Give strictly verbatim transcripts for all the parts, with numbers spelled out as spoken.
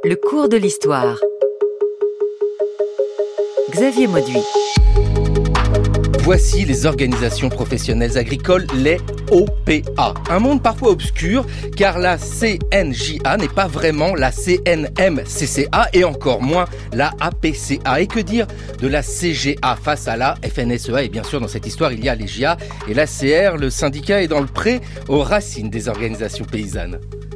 Le cours de l'histoire. Xavier Mauduit. Voici les organisations professionnelles agricoles, les O P A. Un monde parfois obscur, car la C N J A n'est pas vraiment la C N M C C A et encore moins la A P C A. Et que dire de la C G A face à la F N S E A? Et bien sûr, dans cette histoire, il y a les J A et la C R. Le syndicat est dans le pré, aux racines des organisations paysannes.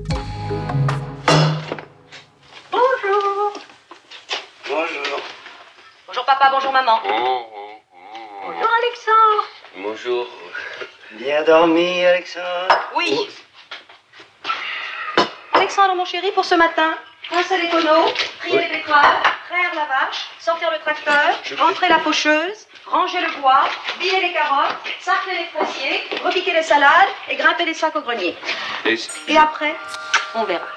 Bonjour. Bonjour. Bonjour papa, bonjour maman. Oh, oh, oh. Bonjour Alexandre. Bonjour. Bien dormi, Alexandre? Oui. Alexandre, mon chéri, pour ce matin, pincer les tonneaux, trier Oui. les betteraves, traire la vache, sortir le tracteur, Je- rentrer la faucheuse, ranger le bois, biler les carottes, sarcler les fraisiers, repiquer les salades et grimper les sacs au grenier. Et- Et après, on verra.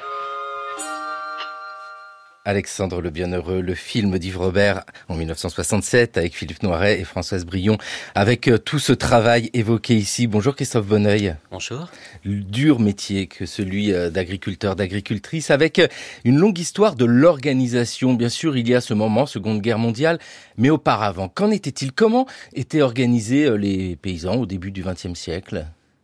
Alexandre le Bienheureux, le film d'Yves Robert en dix-neuf cent soixante-sept avec Philippe Noiret et Françoise Brion, avec euh, tout ce travail évoqué ici. Bonjour Christophe Bonneuil. Bonjour. Le dur métier que celui euh, d'agriculteur, d'agricultrice, avec euh, une longue histoire de l'organisation. Bien sûr, il y a ce moment, Seconde Guerre mondiale, mais auparavant, qu'en était-il? Comment étaient organisés euh, les paysans au début du vingtième siècle?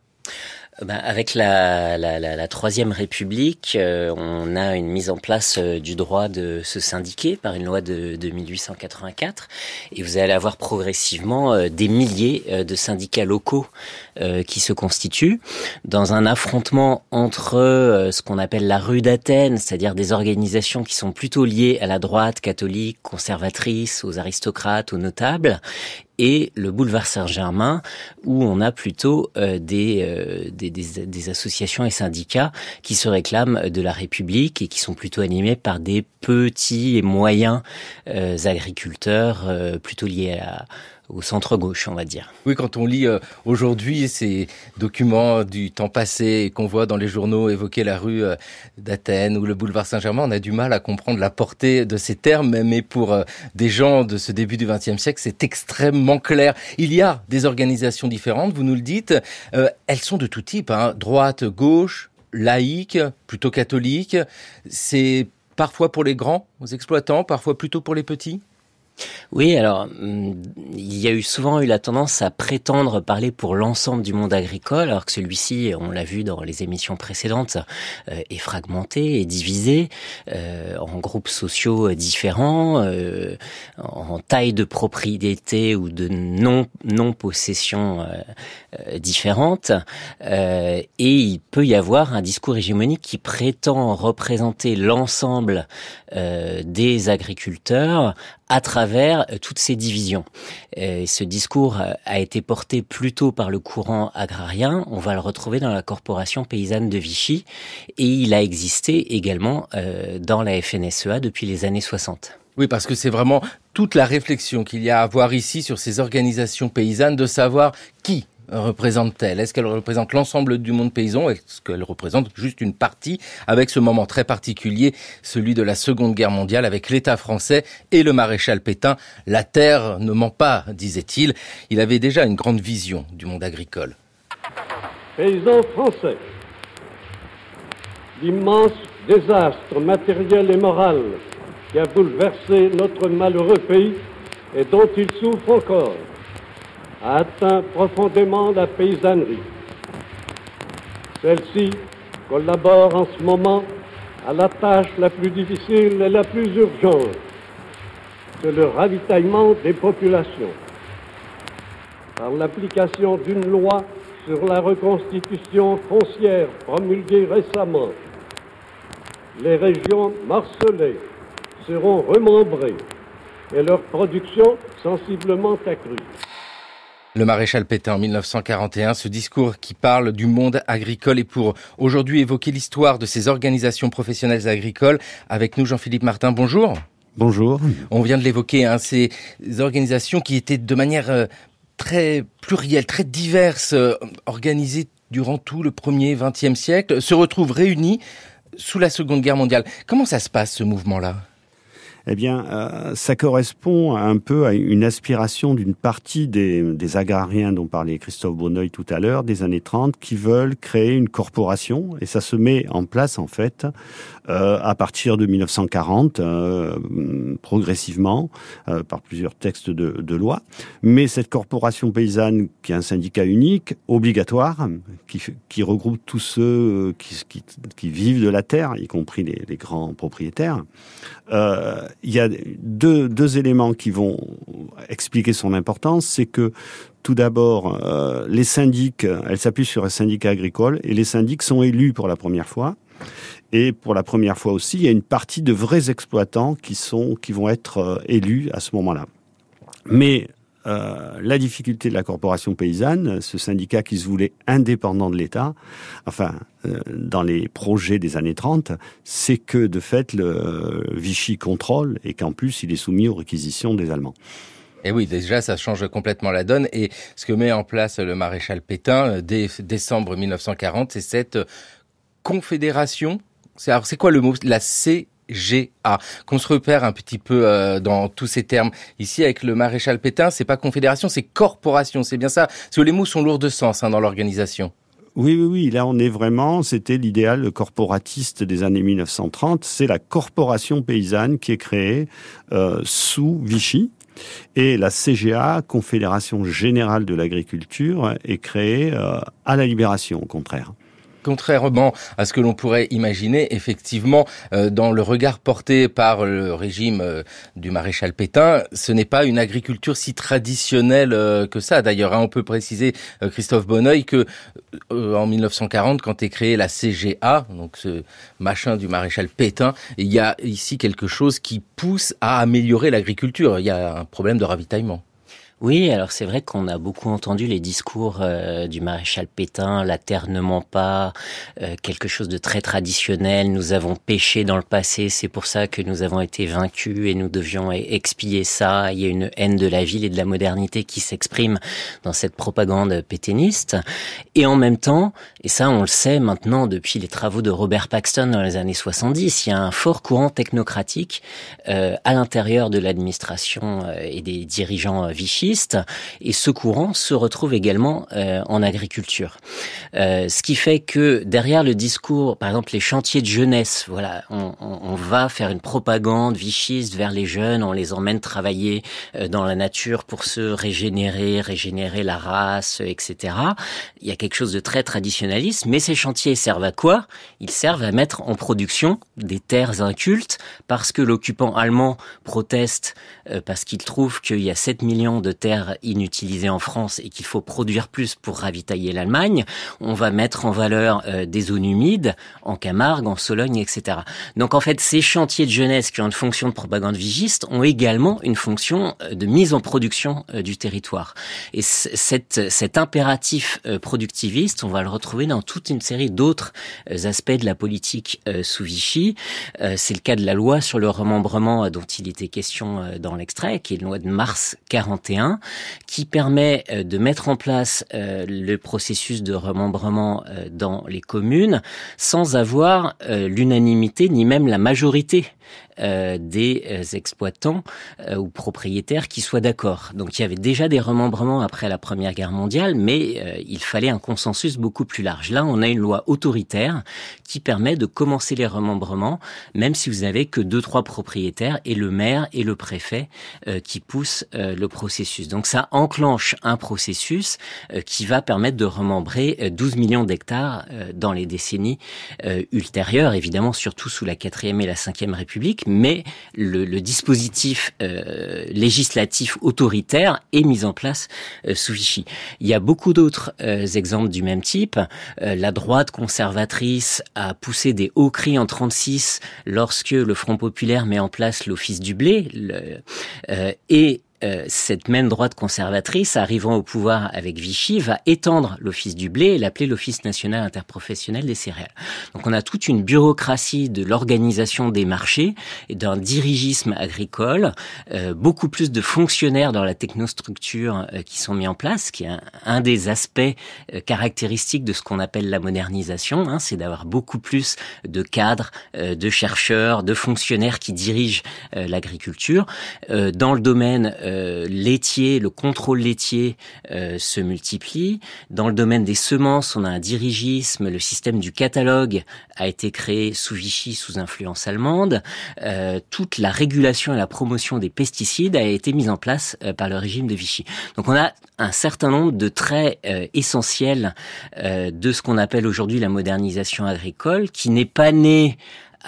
Ben, avec la, la, la, la Troisième République, euh, on a une mise en place euh, du droit de se syndiquer par une loi de, de mille huit cent quatre-vingt-quatre, et vous allez avoir progressivement euh, des milliers euh, de syndicats locaux euh, qui se constituent dans un affrontement entre euh, ce qu'on appelle la rue d'Athènes, c'est-à-dire des organisations qui sont plutôt liées à la droite catholique, conservatrice, aux aristocrates, aux notables, et le boulevard Saint-Germain, où on a plutôt euh, des, euh, des, des, des associations et syndicats qui se réclament de la République et qui sont plutôt animés par des petits et moyens euh, agriculteurs euh, plutôt liés à, au centre-gauche, on va dire. Oui, quand on lit euh, aujourd'hui ces documents du temps passé et qu'on voit dans les journaux évoquer la rue euh, d'Athènes ou le boulevard Saint-Germain, on a du mal à comprendre la portée de ces termes, mais pour euh, des gens de ce début du vingtième siècle, c'est extrêmement clair. Il y a des organisations différentes, vous nous le dites, euh, elles sont de tout type, hein, droite, gauche, laïque, plutôt catholique. C'est parfois pour les grands, aux exploitants, parfois plutôt pour les petits. Oui, alors, il y a eu souvent eu la tendance à prétendre parler pour l'ensemble du monde agricole, alors que celui-ci, on l'a vu dans les émissions précédentes, euh, est fragmenté, est divisé euh, en groupes sociaux différents, euh, en taille de propriété ou de non non possession euh, euh, différentes, euh, et il peut y avoir un discours hégémonique qui prétend représenter l'ensemble euh, des agriculteurs à travers toutes ces divisions. Et ce discours a été porté plutôt par le courant agrarien. On va le retrouver dans la Corporation paysanne de Vichy, et il a existé également euh, dans la F N S E A depuis les années soixante. Oui, parce que c'est vraiment toute la réflexion qu'il y a à avoir ici sur ces organisations paysannes, de savoir qui représente-t-elle? Est-ce qu'elle représente l'ensemble du monde paysan? Est-ce qu'elle représente juste une partie, avec ce moment très particulier, celui de la Seconde Guerre mondiale, avec l'État français et le maréchal Pétain? La terre ne ment pas, disait-il. Il avait déjà une grande vision du monde agricole. Paysans français, l'immense désastre matériel et moral qui a bouleversé notre malheureux pays et dont il souffre encore a atteint profondément la paysannerie. Celle-ci collabore en ce moment à la tâche la plus difficile et la plus urgente, c'est le ravitaillement des populations. Par l'application d'une loi sur la reconstitution foncière promulguée récemment, les régions morcelées seront remembrées et leur production sensiblement accrue. Le maréchal Pétain en dix-neuf cent quarante et un, ce discours qui parle du monde agricole, et pour aujourd'hui évoquer l'histoire de ces organisations professionnelles agricoles, avec nous Jean-Philippe Martin, bonjour. Bonjour. On vient de l'évoquer, hein, ces organisations qui étaient de manière euh, très plurielle, très diverse, euh, organisées durant tout le premier vingtième siècle, se retrouvent réunies sous la Seconde Guerre mondiale. Comment ça se passe, ce mouvement-là ? eh bien, euh, ça correspond un peu à une aspiration d'une partie des, des agrariens dont parlait Christophe Bonneuil tout à l'heure, des années trente, qui veulent créer une corporation, et ça se met en place, en fait, euh, à partir de mille neuf cent quarante, euh, progressivement, euh, par plusieurs textes de, de loi. Mais cette corporation paysanne, qui est un syndicat unique, obligatoire, qui, qui regroupe tous ceux qui, qui, qui vivent de la terre, y compris les, les grands propriétaires, euh, il y a deux, deux éléments qui vont expliquer son importance. C'est que, tout d'abord, euh, les syndics, elle s'appuie sur un syndicat agricole, et les syndics sont élus pour la première fois. Et pour la première fois aussi, il y a une partie de vrais exploitants qui sont, qui vont être euh, élus à ce moment-là. Mais euh, la difficulté de la corporation paysanne, ce syndicat qui se voulait indépendant de l'État, enfin, euh, dans les projets des années trente, c'est que, de fait, le Vichy contrôle et qu'en plus, il est soumis aux réquisitions des Allemands. Et oui, déjà, ça change complètement la donne. Et ce que met en place le maréchal Pétain, dès décembre mille neuf cent quarante, c'est cette confédération. C'est, alors, c'est quoi le mot? La C G A. Qu'on se repère un petit peu euh, dans tous ces termes. Ici, avec le maréchal Pétain, c'est pas confédération, c'est corporation. C'est bien ça? Parce que les mots sont lourds de sens hein, dans l'organisation. Oui, oui, oui. Là, on est vraiment, c'était l'idéal corporatiste des années mille neuf cent trente. C'est la corporation paysanne qui est créée euh, sous Vichy. Et la C G A, Confédération Générale de l'Agriculture, est créée euh, à la Libération, au contraire. Contrairement à ce que l'on pourrait imaginer, effectivement, euh, dans le regard porté par le régime euh, du maréchal Pétain, ce n'est pas une agriculture si traditionnelle euh, que ça. D'ailleurs, hein, on peut préciser, euh, Christophe Bonneuil, que euh, en mille neuf cent quarante, quand est créée la C G A, donc ce machin du maréchal Pétain, il y a ici quelque chose qui pousse à améliorer l'agriculture. Il y a un problème de ravitaillement. Oui, alors c'est vrai qu'on a beaucoup entendu les discours euh, du maréchal Pétain, la terre ne ment pas, euh, quelque chose de très traditionnel, nous avons péché dans le passé, c'est pour ça que nous avons été vaincus et nous devions expier ça. Il y a une haine de la ville et de la modernité qui s'exprime dans cette propagande pétainiste. Et en même temps, et ça on le sait maintenant depuis les travaux de Robert Paxton dans les années soixante-dix, il y a un fort courant technocratique euh, à l'intérieur de l'administration euh, et des dirigeants euh, Vichy. Et ce courant se retrouve également euh, en agriculture. Euh, ce qui fait que derrière le discours, par exemple les chantiers de jeunesse, voilà, on, on, on va faire une propagande vichiste vers les jeunes, on les emmène travailler euh, dans la nature pour se régénérer, régénérer la race, et cetera. Il y a quelque chose de très traditionnaliste, mais ces chantiers servent à quoi? Ils servent à mettre en production des terres incultes parce que l'occupant allemand proteste euh, parce qu'il trouve qu'il y a sept millions de terres inutilisées en France et qu'il faut produire plus pour ravitailler l'Allemagne. On va mettre en valeur euh, des zones humides en Camargue, en Sologne, et cetera. Donc en fait, ces chantiers de jeunesse qui ont une fonction de propagande vigiste ont également une fonction de mise en production euh, du territoire. Et c- cette, cet impératif euh, productiviste, on va le retrouver dans toute une série d'autres euh, aspects de la politique euh, sous Vichy. Euh, c'est le cas de la loi sur le remembrement euh, dont il était question euh, dans l'extrait, qui est une loi de mars quarante et un, qui permet de mettre en place euh, le processus de remembrement euh, dans les communes sans avoir euh, l'unanimité ni même la majorité Euh, des euh, exploitants euh, ou propriétaires qui soient d'accord. Donc il y avait déjà des remembrements après la Première Guerre mondiale, mais euh, il fallait un consensus beaucoup plus large. Là, on a une loi autoritaire qui permet de commencer les remembrements, même si vous n'avez que deux, trois propriétaires et le maire et le préfet euh, qui poussent euh, le processus. Donc ça enclenche un processus euh, qui va permettre de remembrer euh, douze millions d'hectares euh, dans les décennies euh, ultérieures, évidemment surtout sous la quatrième et la cinquième République. Mais le, le dispositif euh, législatif autoritaire est mis en place euh, sous Vichy. Il y a beaucoup d'autres euh, exemples du même type. Euh, la droite conservatrice a poussé des hauts cris en trente-six lorsque le Front populaire met en place l'Office du blé. Le, euh, et euh, cette même droite conservatrice, arrivant au pouvoir avec Vichy, va étendre l'Office du blé et l'appeler l'Office national interprofessionnel des céréales. Donc on a toute une bureaucratie de l'organisation des marchés et d'un dirigisme agricole, euh, beaucoup plus de fonctionnaires dans la technostructure euh, qui sont mis en place, qui est un, un des aspects euh, caractéristiques de ce qu'on appelle la modernisation, hein, c'est d'avoir beaucoup plus de cadres, euh, de chercheurs, de fonctionnaires qui dirigent euh, l'agriculture. Euh, dans le domaine euh, laitier, le contrôle laitier euh, se multiplie. Dans le domaine des semences, on a un dirigisme. Le système du catalogue a été créé sous Vichy, sous influence allemande. Euh, toute la régulation et la promotion des pesticides a été mise en place euh, par le régime de Vichy. Donc on a un certain nombre de traits euh, essentiels euh, de ce qu'on appelle aujourd'hui la modernisation agricole, qui n'est pas née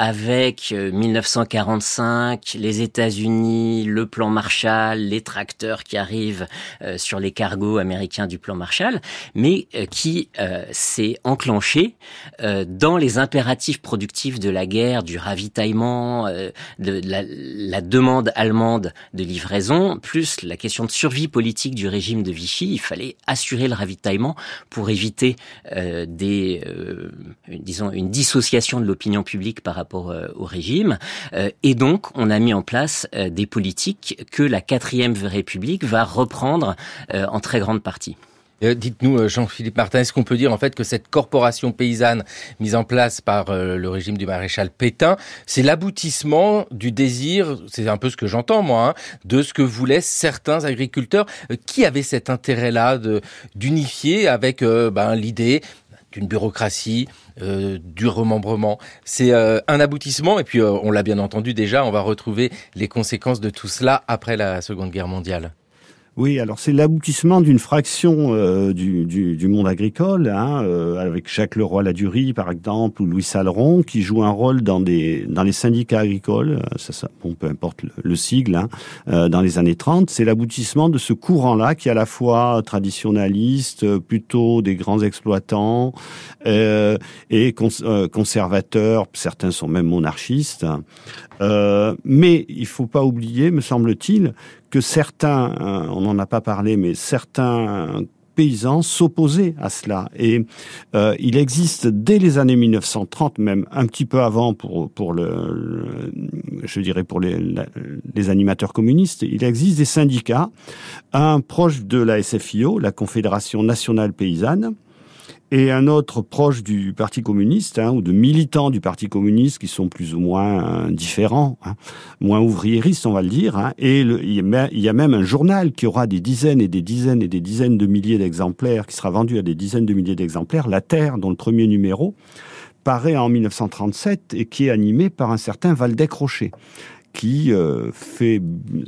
avec mille neuf cent quarante-cinq, les États-Unis, le plan Marshall, les tracteurs qui arrivent euh, sur les cargos américains du plan Marshall, mais euh, qui euh, s'est enclenché euh, dans les impératifs productifs de la guerre, du ravitaillement, euh, de la, la demande allemande de livraison, plus la question de survie politique du régime de Vichy. Il fallait assurer le ravitaillement pour éviter euh, des, euh, disons, une dissociation de l'opinion publique par rapport au régime, euh, et donc on a mis en place euh, des politiques que la quatrième République va reprendre euh, en très grande partie. Euh, dites-nous, Jean-Philippe Martin, est-ce qu'on peut dire en fait que cette corporation paysanne mise en place par euh, le régime du maréchal Pétain, c'est l'aboutissement du désir, c'est un peu ce que j'entends moi, hein, de ce que voulaient certains agriculteurs euh, qui avaient cet intérêt-là de d'unifier avec euh, ben, l'idée d'une bureaucratie, euh, du remembrement. C'est euh, un aboutissement, et puis euh, on l'a bien entendu déjà, on va retrouver les conséquences de tout cela après la Seconde Guerre mondiale. Oui, alors c'est l'aboutissement d'une fraction euh, du, du, du monde agricole, hein, euh, avec Jacques Leroy-Ladurie par exemple, ou Louis Saleron, qui joue un rôle dans des dans les syndicats agricoles, ça, ça, bon, peu importe le, le sigle, hein, euh, dans les années trente. C'est l'aboutissement de ce courant-là qui est à la fois traditionnaliste, plutôt des grands exploitants, euh, et cons, euh, conservateurs, certains sont même monarchistes. Euh, mais il faut pas oublier, me semble-t-il, que certains, euh, on n'en a pas parlé, mais certains paysans s'opposaient à cela. Et euh, il existe dès les années mille neuf cent trente, même un petit peu avant pour pour le, le je dirais pour les la, les animateurs communistes, il existe des syndicats, un proche de la S F I O, la Confédération nationale paysanne, et un autre proche du Parti communiste, hein, ou de militants du Parti communiste qui sont plus ou moins hein, différents, hein, moins ouvriéristes, on va le dire. Hein, et le, il y a même un journal qui aura des dizaines et des dizaines et des dizaines de milliers d'exemplaires, qui sera vendu à des dizaines de milliers d'exemplaires, La Terre, dont le premier numéro paraît en mille neuf cent trente-sept et qui est animé par un certain Waldeck-Rochet, qui euh, fait,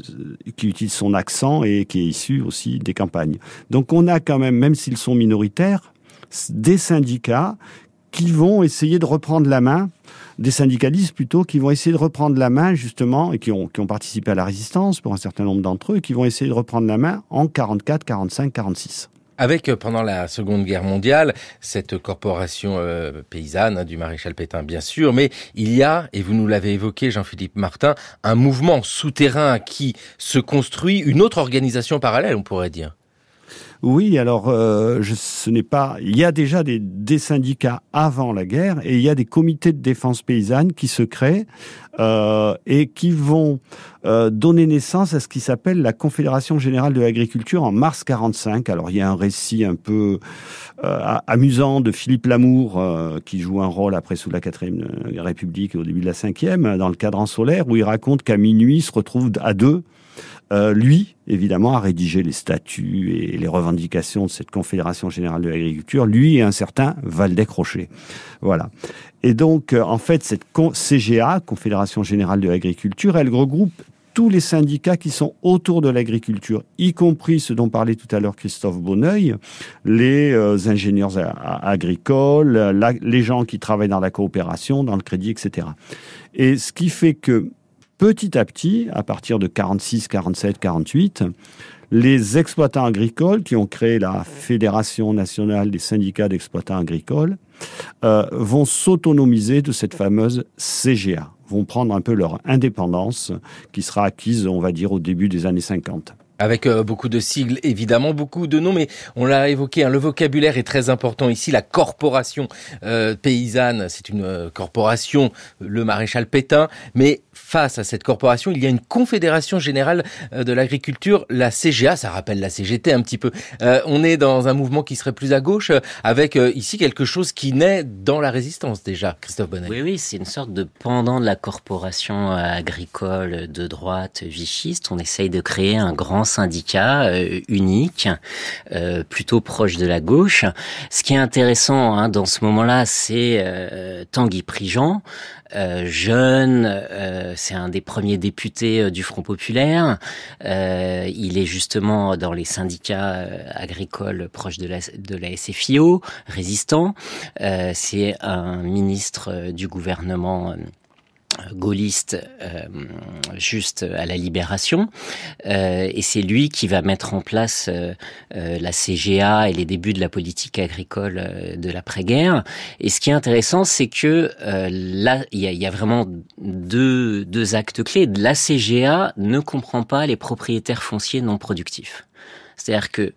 qui utilise son accent et qui est issu aussi des campagnes. Donc on a quand même, même s'ils sont minoritaires, des syndicats qui vont essayer de reprendre la main, des syndicalistes plutôt, qui vont essayer de reprendre la main justement, et qui ont, qui ont participé à la résistance pour un certain nombre d'entre eux, et qui vont essayer de reprendre la main en quarante-quatre, quarante-cinq, quarante-six. Avec, pendant la Seconde Guerre mondiale, cette corporation euh, paysanne hein, du maréchal Pétain, bien sûr, mais il y a, et vous nous l'avez évoqué, Jean-Philippe Martin, un mouvement souterrain qui se construit, une autre organisation parallèle, on pourrait dire. Oui, alors euh, je, ce n'est pas. Il y a déjà des, des syndicats avant la guerre et il y a des comités de défense paysanne qui se créent euh, et qui vont euh, donner naissance à ce qui s'appelle la Confédération générale de l'agriculture en mars quarante-cinq. Alors il y a un récit un peu euh, amusant de Philippe Lamour euh, qui joue un rôle après sous la quatrième République et au début de la cinquième dans le Cadran solaire où il raconte qu'à minuit il se retrouve à deux. Euh, lui, évidemment, a rédigé les statuts et les revendications de cette Confédération générale de l'agriculture, lui et un certain Waldeck-Rochet. Voilà. Et donc, euh, en fait, cette C G A, Confédération générale de l'agriculture, elle regroupe tous les syndicats qui sont autour de l'agriculture, y compris ce dont parlait tout à l'heure Christophe Bonneuil, les euh, ingénieurs a- a- agricoles, la, les gens qui travaillent dans la coopération, dans le crédit, et cetera. Et ce qui fait que petit à petit, à partir de quarante-six, quarante-sept, quarante-huit, les exploitants agricoles qui ont créé la Fédération nationale des syndicats d'exploitants agricoles euh, vont s'autonomiser de cette fameuse C G A, vont prendre un peu leur indépendance qui sera acquise, on va dire, au début des années cinquante. Avec euh, beaucoup de sigles, évidemment, beaucoup de noms, mais on l'a évoqué, hein, le vocabulaire est très important ici. La corporation euh, paysanne, c'est une euh, corporation, le maréchal Pétain, mais face à cette corporation, il y a une confédération générale euh, de l'agriculture, la C G A, ça rappelle la C G T un petit peu. Euh, on est dans un mouvement qui serait plus à gauche, euh, avec euh, ici quelque chose qui naît dans la résistance déjà, Christophe Bonnet. Oui, oui, c'est une sorte de pendant de la corporation agricole de droite vichiste. On essaye de créer un grand syndicat euh, unique, euh, plutôt proche de la gauche. Ce qui est intéressant hein, dans ce moment-là, c'est euh, Tanguy Prigent, euh, jeune, euh, c'est un des premiers députés euh, du Front populaire. Euh, il est justement dans les syndicats euh, agricoles proches de la, de la S F I O, résistant. Euh, c'est un ministre euh, du gouvernement euh, gaulliste euh, juste à la Libération euh, et c'est lui qui va mettre en place euh, euh, la C G A et les débuts de la politique agricole euh, de l'après-guerre. Et ce qui est intéressant, c'est que euh, là, il y a, y a vraiment deux, deux actes clés. La C G A ne comprend pas les propriétaires fonciers non productifs. C'est-à-dire que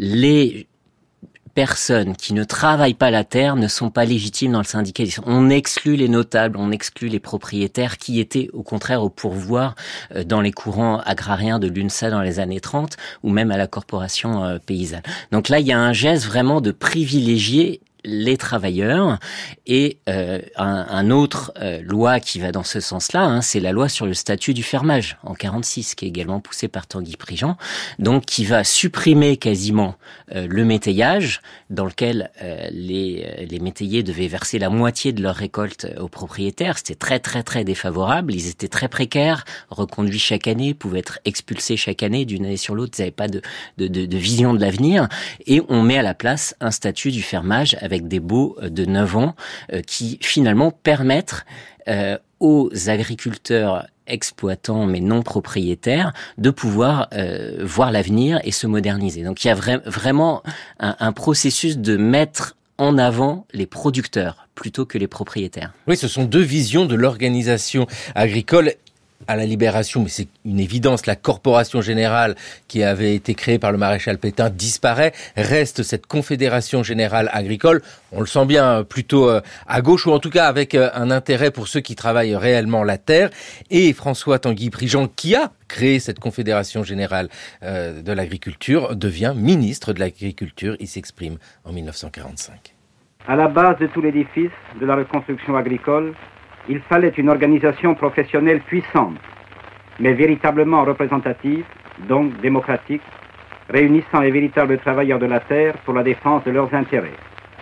les personnes qui ne travaillent pas la terre ne sont pas légitimes dans le syndicalisme. On exclut les notables, on exclut les propriétaires qui étaient au contraire au pourvoir dans les courants agrariens de l'U N S A dans les années trente ou même à la corporation paysanne. Donc là, il y a un geste vraiment de privilégier les travailleurs et euh, un, un autre euh, loi qui va dans ce sens-là, hein, c'est la loi sur le statut du fermage en quarante-six, qui est également poussée par Tanguy Prigent, donc qui va supprimer quasiment euh, le métayage, dans lequel euh, les, les métayers devaient verser la moitié de leur récolte aux propriétaires. C'était très très très défavorable, ils étaient très précaires, reconduits chaque année, pouvaient être expulsés chaque année d'une année sur l'autre, ils n'avaient pas de, de, de, de vision de l'avenir, et on met à la place un statut du fermage avec avec des baux de neuf ans euh, qui finalement permettent euh, aux agriculteurs exploitants mais non propriétaires de pouvoir euh, voir l'avenir et se moderniser. Donc il y a vra- vraiment un, un processus de mettre en avant les producteurs plutôt que les propriétaires. Oui, ce sont deux visions de l'organisation agricole. À la Libération, mais c'est une évidence, la corporation générale qui avait été créée par le maréchal Pétain disparaît, reste cette confédération générale agricole, on le sent bien plutôt à gauche, ou en tout cas avec un intérêt pour ceux qui travaillent réellement la terre, et François Tanguy Prigent, qui a créé cette confédération générale de l'agriculture, devient ministre de l'agriculture, il s'exprime en dix-neuf cent quarante-cinq. À la base de tout l'édifice de la reconstruction agricole, il fallait une organisation professionnelle puissante, mais véritablement représentative, donc démocratique, réunissant les véritables travailleurs de la terre pour la défense de leurs intérêts.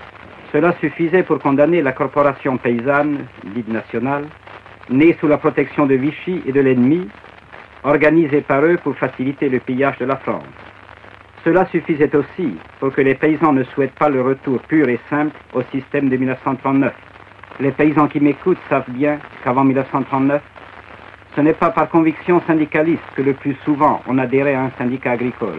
Cela suffisait pour condamner la corporation paysanne, dite nationale, née sous la protection de Vichy et de l'ennemi, organisée par eux pour faciliter le pillage de la France. Cela suffisait aussi pour que les paysans ne souhaitent pas le retour pur et simple au système de dix-neuf cent trente-neuf. Les paysans qui m'écoutent savent bien qu'avant dix-neuf cent trente-neuf, ce n'est pas par conviction syndicaliste que le plus souvent on adhérait à un syndicat agricole.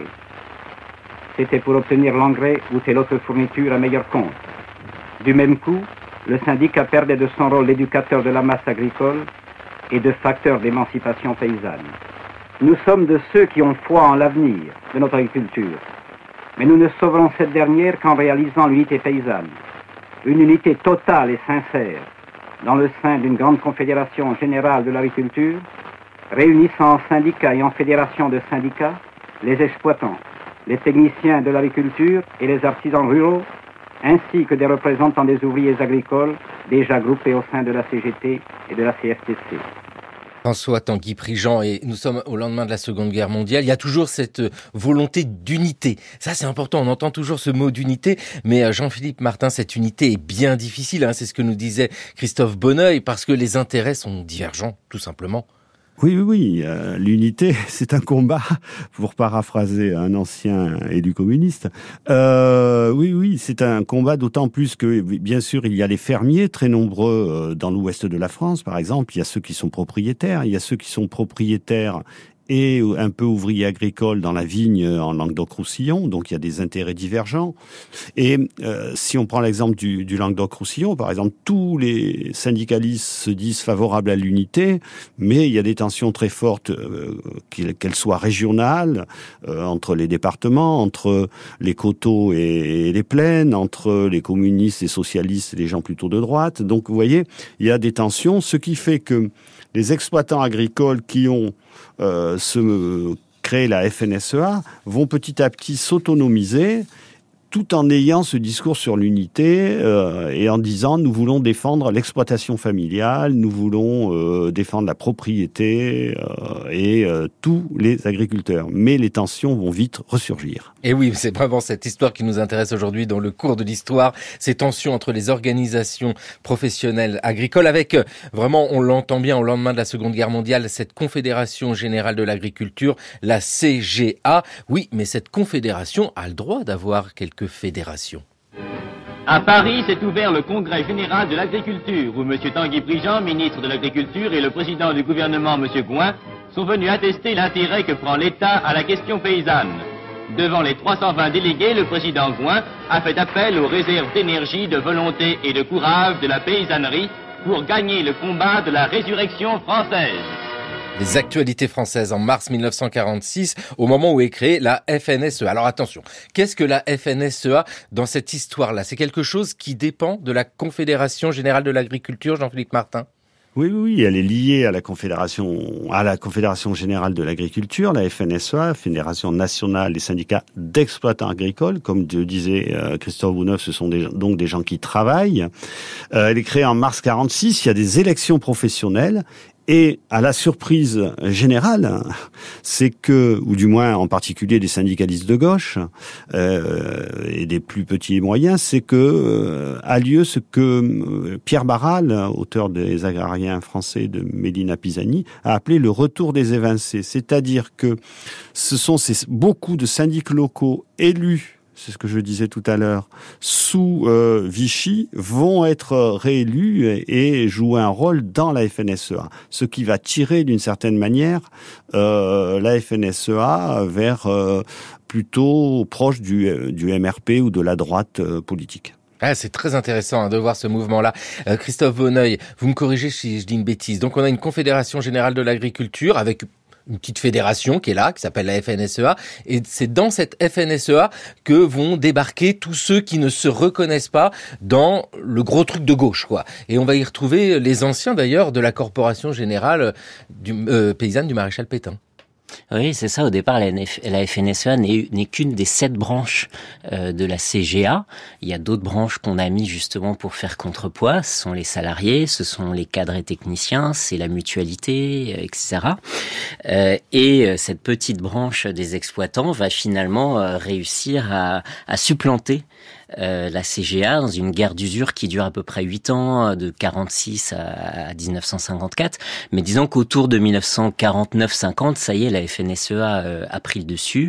C'était pour obtenir l'engrais ou telle autre fourniture à meilleur compte. Du même coup, le syndicat perdait de son rôle d'éducateur de la masse agricole et de facteur d'émancipation paysanne. Nous sommes de ceux qui ont foi en l'avenir de notre agriculture, mais nous ne sauverons cette dernière qu'en réalisant l'unité paysanne. Une unité totale et sincère dans le sein d'une grande confédération générale de l'agriculture, réunissant en syndicats et en fédérations de syndicats les exploitants, les techniciens de l'agriculture et les artisans ruraux, ainsi que des représentants des ouvriers agricoles déjà groupés au sein de la C G T et de la C F T C. François Tanguy Prigent, et nous sommes au lendemain de la Seconde Guerre mondiale, il y a toujours cette volonté d'unité. Ça, c'est important, on entend toujours ce mot d'unité, mais Jean-Philippe Martin, cette unité est bien difficile, hein, c'est ce que nous disait Christophe Bonneuil, parce que les intérêts sont divergents, tout simplement. Oui, oui, oui. Euh, l'unité, c'est un combat, pour paraphraser un ancien élu communiste. Euh, oui, oui, c'est un combat d'autant plus que, bien sûr, il y a les fermiers très nombreux dans l'ouest de la France, par exemple. Il y a ceux qui sont propriétaires, il y a ceux qui sont propriétaires et un peu ouvrier agricole dans la vigne en Languedoc-Roussillon, donc il y a des intérêts divergents. Et euh, si on prend l'exemple du, du Languedoc-Roussillon, par exemple, tous les syndicalistes se disent favorables à l'unité, mais il y a des tensions très fortes, euh, qu'elles soient régionales, euh, entre les départements, entre les coteaux et, et les plaines, entre les communistes, les socialistes et les gens plutôt de droite. Donc vous voyez, il y a des tensions, ce qui fait que les exploitants agricoles qui ont Euh, se euh, créer la F N S E A vont petit à petit s'autonomiser tout en ayant ce discours sur l'unité euh, et en disant nous voulons défendre l'exploitation familiale, nous voulons euh, défendre la propriété euh, et euh, tous les agriculteurs. Mais les tensions vont vite ressurgir. Et oui, c'est vraiment cette histoire qui nous intéresse aujourd'hui dans le cours de l'histoire, ces tensions entre les organisations professionnelles agricoles avec, vraiment, on l'entend bien, au lendemain de la Seconde Guerre mondiale, cette Confédération Générale de l'Agriculture, la C G A. Oui, mais cette confédération a le droit d'avoir quelques fédération. À Paris s'est ouvert le congrès général de l'agriculture où M. Tanguy Prigent, ministre de l'Agriculture, et le président du gouvernement, M. Gouin, sont venus attester l'intérêt que prend l'État à la question paysanne. Devant les trois cent vingt délégués, le président Gouin a fait appel aux réserves d'énergie, de volonté et de courage de la paysannerie pour gagner le combat de la résurrection française. Les actualités françaises en mars mille neuf cent quarante-six, au moment où est créée la F N S E A. Alors attention, qu'est-ce que la F N S E A dans cette histoire-là? C'est quelque chose qui dépend de la Confédération Générale de l'Agriculture, Jean-Philippe Martin? Oui, oui, oui, elle est liée à la Confédération, à la Confédération Générale de l'Agriculture, la F N S E A, Fédération Nationale des Syndicats d'Exploitants Agricoles. Comme disait euh, Christophe Bounneuf, ce sont des, donc des gens qui travaillent. Euh, elle est créée en mars quarante-six, il y a des élections professionnelles. Et à la surprise générale, c'est que, ou du moins en particulier des syndicalistes de gauche euh, et des plus petits et moyens, c'est que euh, a lieu ce que euh, Pierre Barral, auteur des Agrariens français de Mélina Pisani, a appelé le retour des évincés. C'est-à-dire que ce sont ces, beaucoup de syndics locaux élus, c'est ce que je disais tout à l'heure, sous euh, Vichy, vont être réélus et, et jouer un rôle dans la F N S E A. Ce qui va tirer d'une certaine manière euh, la F N S E A vers euh, plutôt proche du, du M R P ou de la droite euh, politique. Ah, c'est très intéressant hein, de voir ce mouvement-là. Euh, Christophe Bonneuil, vous me corrigez si je dis une bêtise. Donc on a une Confédération Générale de l'Agriculture avec une petite fédération qui est là, qui s'appelle la F N S E A. Et c'est dans cette F N S E A que vont débarquer tous ceux qui ne se reconnaissent pas dans le gros truc de gauche, quoi. Et on va y retrouver les anciens, d'ailleurs, de la Corporation Générale du, euh, Paysanne du Maréchal Pétain. Oui, c'est ça. Au départ, la F N S E A n'est, n'est qu'une des sept branches euh, de la C G A. Il y a d'autres branches qu'on a mis justement pour faire contrepoids. Ce sont les salariés, ce sont les cadres et techniciens, c'est la mutualité, et cetera. Euh, et cette petite branche des exploitants va finalement euh, réussir à, à supplanter Euh, la C G A dans une guerre d'usure qui dure à peu près huit ans, de quarante-six à dix-neuf cent cinquante-quatre. Mais disons qu'autour de mille neuf cent quarante-neuf cinquante, ça y est, la F N S E A euh, a pris le dessus.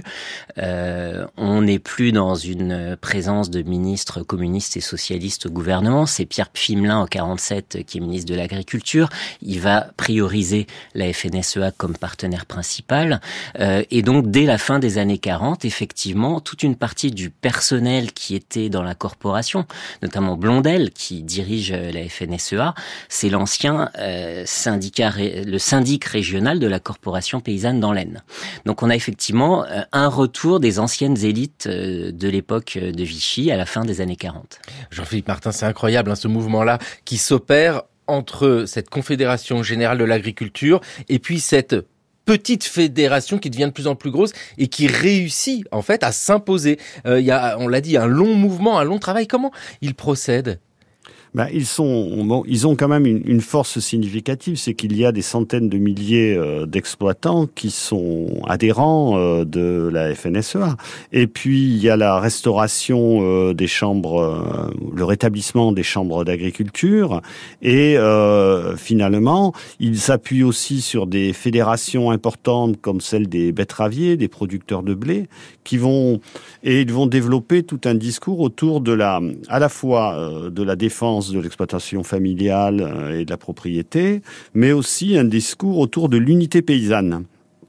Euh, on n'est plus dans une présence de ministres communistes et socialistes au gouvernement. C'est Pierre Pfimelin en quarante-sept qui est ministre de l'Agriculture. Il va prioriser la F N S E A comme partenaire principal. Euh, et donc, dès la fin des années quarante, effectivement, toute une partie du personnel qui était dans la corporation, notamment Blondel, qui dirige la F N S E A, c'est l'ancien euh, syndicat, le syndic régional de la corporation paysanne dans l'Aisne. Donc on a effectivement euh, un retour des anciennes élites euh, de l'époque de Vichy à la fin des années quarante. Jean-Philippe Martin, c'est incroyable hein, ce mouvement-là qui s'opère entre cette Confédération Générale de l'Agriculture et puis cette petite fédération qui devient de plus en plus grosse et qui réussit en fait à s'imposer. Euh, il y a, on l'a dit, un long mouvement, un long travail. Comment il procède ? Ben, ils sont, bon, ils ont quand même une, une force significative, c'est qu'il y a des centaines de milliers euh, d'exploitants qui sont adhérents euh, de la F N S E A. Et puis il y a la restauration euh, des chambres, euh, le rétablissement des chambres d'agriculture, et euh, finalement ils s'appuient aussi sur des fédérations importantes comme celle des betteraviers, des producteurs de blé, qui vont et ils vont développer tout un discours autour de la, à la fois euh, de la défense de l'exploitation familiale et de la propriété, mais aussi un discours autour de l'unité paysanne.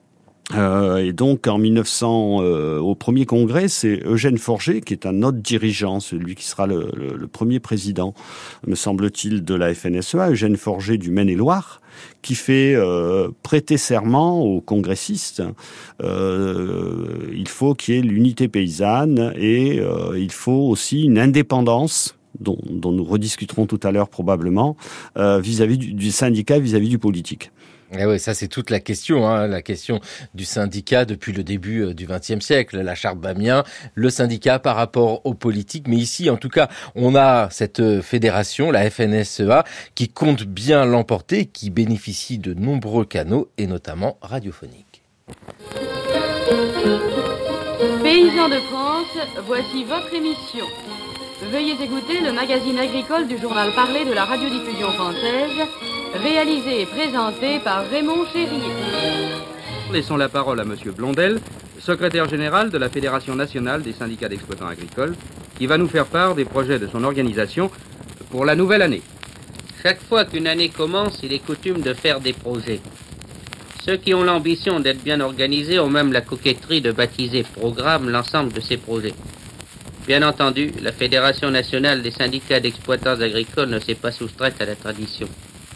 Euh, et donc en mille neuf cents, euh, au premier congrès, c'est Eugène Forget qui est un autre dirigeant, celui qui sera le, le, le premier président, me semble-t-il, de la F N S E A, Eugène Forget du Maine-et-Loire, qui fait euh, prêter serment aux congressistes. Euh, il faut qu'il y ait l'unité paysanne et euh, il faut aussi une indépendance. Dont, dont nous rediscuterons tout à l'heure probablement, euh, vis-à-vis du, du syndicat, vis-à-vis du politique. Eh oui, ça c'est toute la question, hein, la question du syndicat depuis le début du vingtième siècle, la charte d'Amiens, le syndicat par rapport aux politiques. Mais ici, en tout cas, on a cette fédération, la F N S E A, qui compte bien l'emporter, qui bénéficie de nombreux canaux, et notamment radiophoniques. Paysans de France, voici votre émission. Veuillez écouter le magazine agricole du journal parlé de la radiodiffusion française, réalisé et présenté par Raymond Chérier. Laissons la parole à Monsieur Blondel, secrétaire général de la Fédération nationale des syndicats d'exploitants agricoles, qui va nous faire part des projets de son organisation pour la nouvelle année. Chaque fois qu'une année commence, il est coutume de faire des projets. Ceux qui ont l'ambition d'être bien organisés ont même la coquetterie de baptiser programme l'ensemble de ces projets. Bien entendu, la Fédération nationale des syndicats d'exploitants agricoles ne s'est pas soustraite à la tradition.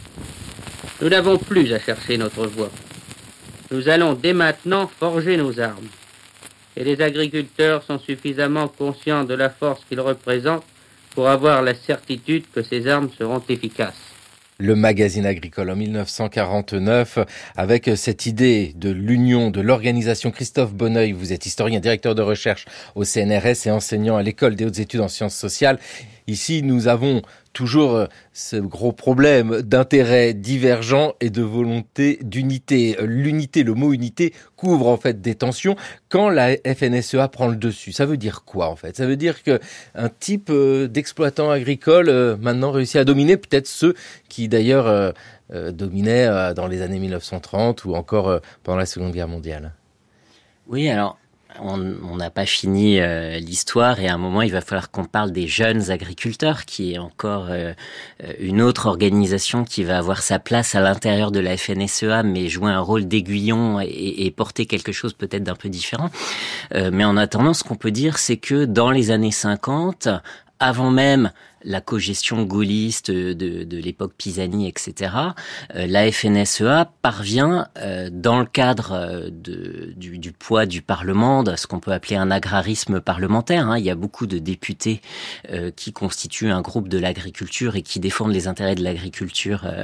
Nous n'avons plus à chercher notre voie. Nous allons dès maintenant forger nos armes. Et les agriculteurs sont suffisamment conscients de la force qu'ils représentent pour avoir la certitude que ces armes seront efficaces. Le magazine agricole en mille neuf cent quarante-neuf, avec cette idée de l'union, de l'organisation. Christophe Bonneuil, vous êtes historien, directeur de recherche au C N R S et enseignant à l'École des hautes études en sciences sociales. Ici, nous avons toujours ce gros problème d'intérêts divergents et de volonté d'unité. L'unité, le mot unité, couvre en fait des tensions. Quand la F N S E A prend le dessus, ça veut dire quoi en fait ? Ça veut dire qu'un type d'exploitant agricole maintenant réussit à dominer peut-être ceux qui d'ailleurs euh, euh, dominaient euh, dans les années mille neuf cent trente ou encore euh, pendant la Seconde Guerre mondiale. Oui, alors on n'a pas fini euh, l'histoire et à un moment il va falloir qu'on parle des jeunes agriculteurs, qui est encore euh, une autre organisation qui va avoir sa place à l'intérieur de la F N S E A, mais jouer un rôle d'aiguillon et, et porter quelque chose peut-être d'un peu différent. Euh, mais en attendant, ce qu'on peut dire, c'est que dans les années cinquante, avant même la cogestion gaulliste de, de l'époque Pisani, et cetera, euh, la F N S E A parvient, euh, dans le cadre de, du, du poids du Parlement, de ce qu'on peut appeler un agrarisme parlementaire. Hein. Il y a beaucoup de députés euh, qui constituent un groupe de l'agriculture et qui défendent les intérêts de l'agriculture euh,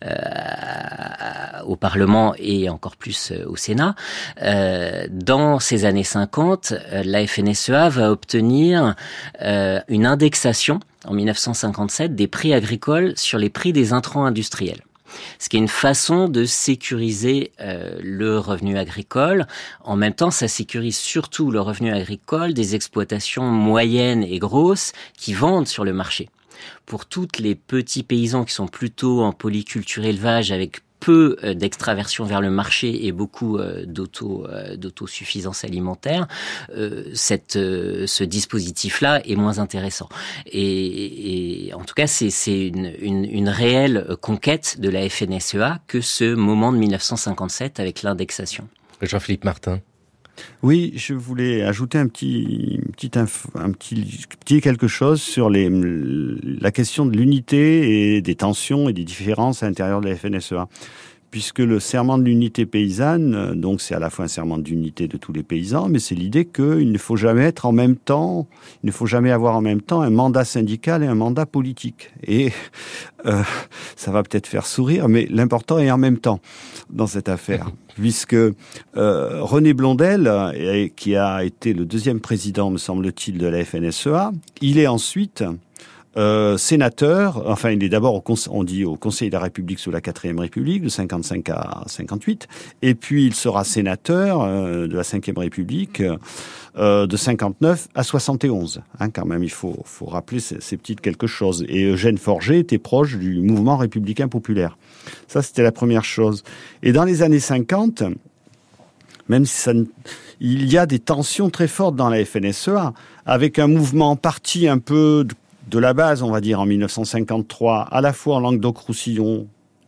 euh, au Parlement et encore plus euh, au Sénat. Euh, dans ces années cinquante, euh, la F N S E A va obtenir euh, une indexation en mille neuf cent cinquante-sept des prix agricoles sur les prix des intrants industriels. Ce qui est une façon de sécuriser euh, le revenu agricole. En même temps, ça sécurise surtout le revenu agricole des exploitations moyennes et grosses qui vendent sur le marché. Pour toutes les petits paysans qui sont plutôt en polyculture élevage avec peu d'extraversion vers le marché et beaucoup d'auto, d'autosuffisance alimentaire, euh, cette, euh, ce dispositif-là est moins intéressant. Et, et en tout cas, c'est, c'est une, une, une réelle conquête de la F N S E A que ce moment de mille neuf cent cinquante-sept avec l'indexation. Jean-Philippe Martin. Oui, je voulais ajouter un petit, petit, inf, un petit, petit quelque chose sur les, la question de l'unité et des tensions et des différences à l'intérieur de la F N S E A. Puisque le serment de l'unité paysanne, donc c'est à la fois un serment d'unité de tous les paysans, mais c'est l'idée qu'il ne faut jamais être en même temps, il ne faut jamais avoir en même temps un mandat syndical et un mandat politique. Et euh, ça va peut-être faire sourire, mais l'important est en même temps dans cette affaire. Puisque euh, René Blondel, euh, qui a été le deuxième président, me semble-t-il, de la F N S E A, il est ensuite Euh, sénateur, enfin il est d'abord, au conse- on dit au Conseil de la République sous la quatrième République, de cinquante-cinq à cinquante-huit, et puis il sera sénateur euh, de la cinquième République euh, de cinquante-neuf à soixante et onze. Hein, quand même, il faut, faut rappeler ces, ces petites quelque chose. Et Eugène Forget était proche du mouvement républicain populaire. Ça, c'était la première chose. Et dans les années cinquante, même si ça ne... il y a des tensions très fortes dans la F N S E A, avec un mouvement parti un peu de de la base, on va dire, en mille neuf cent cinquante-trois, à la fois en Languedoc-Roussillon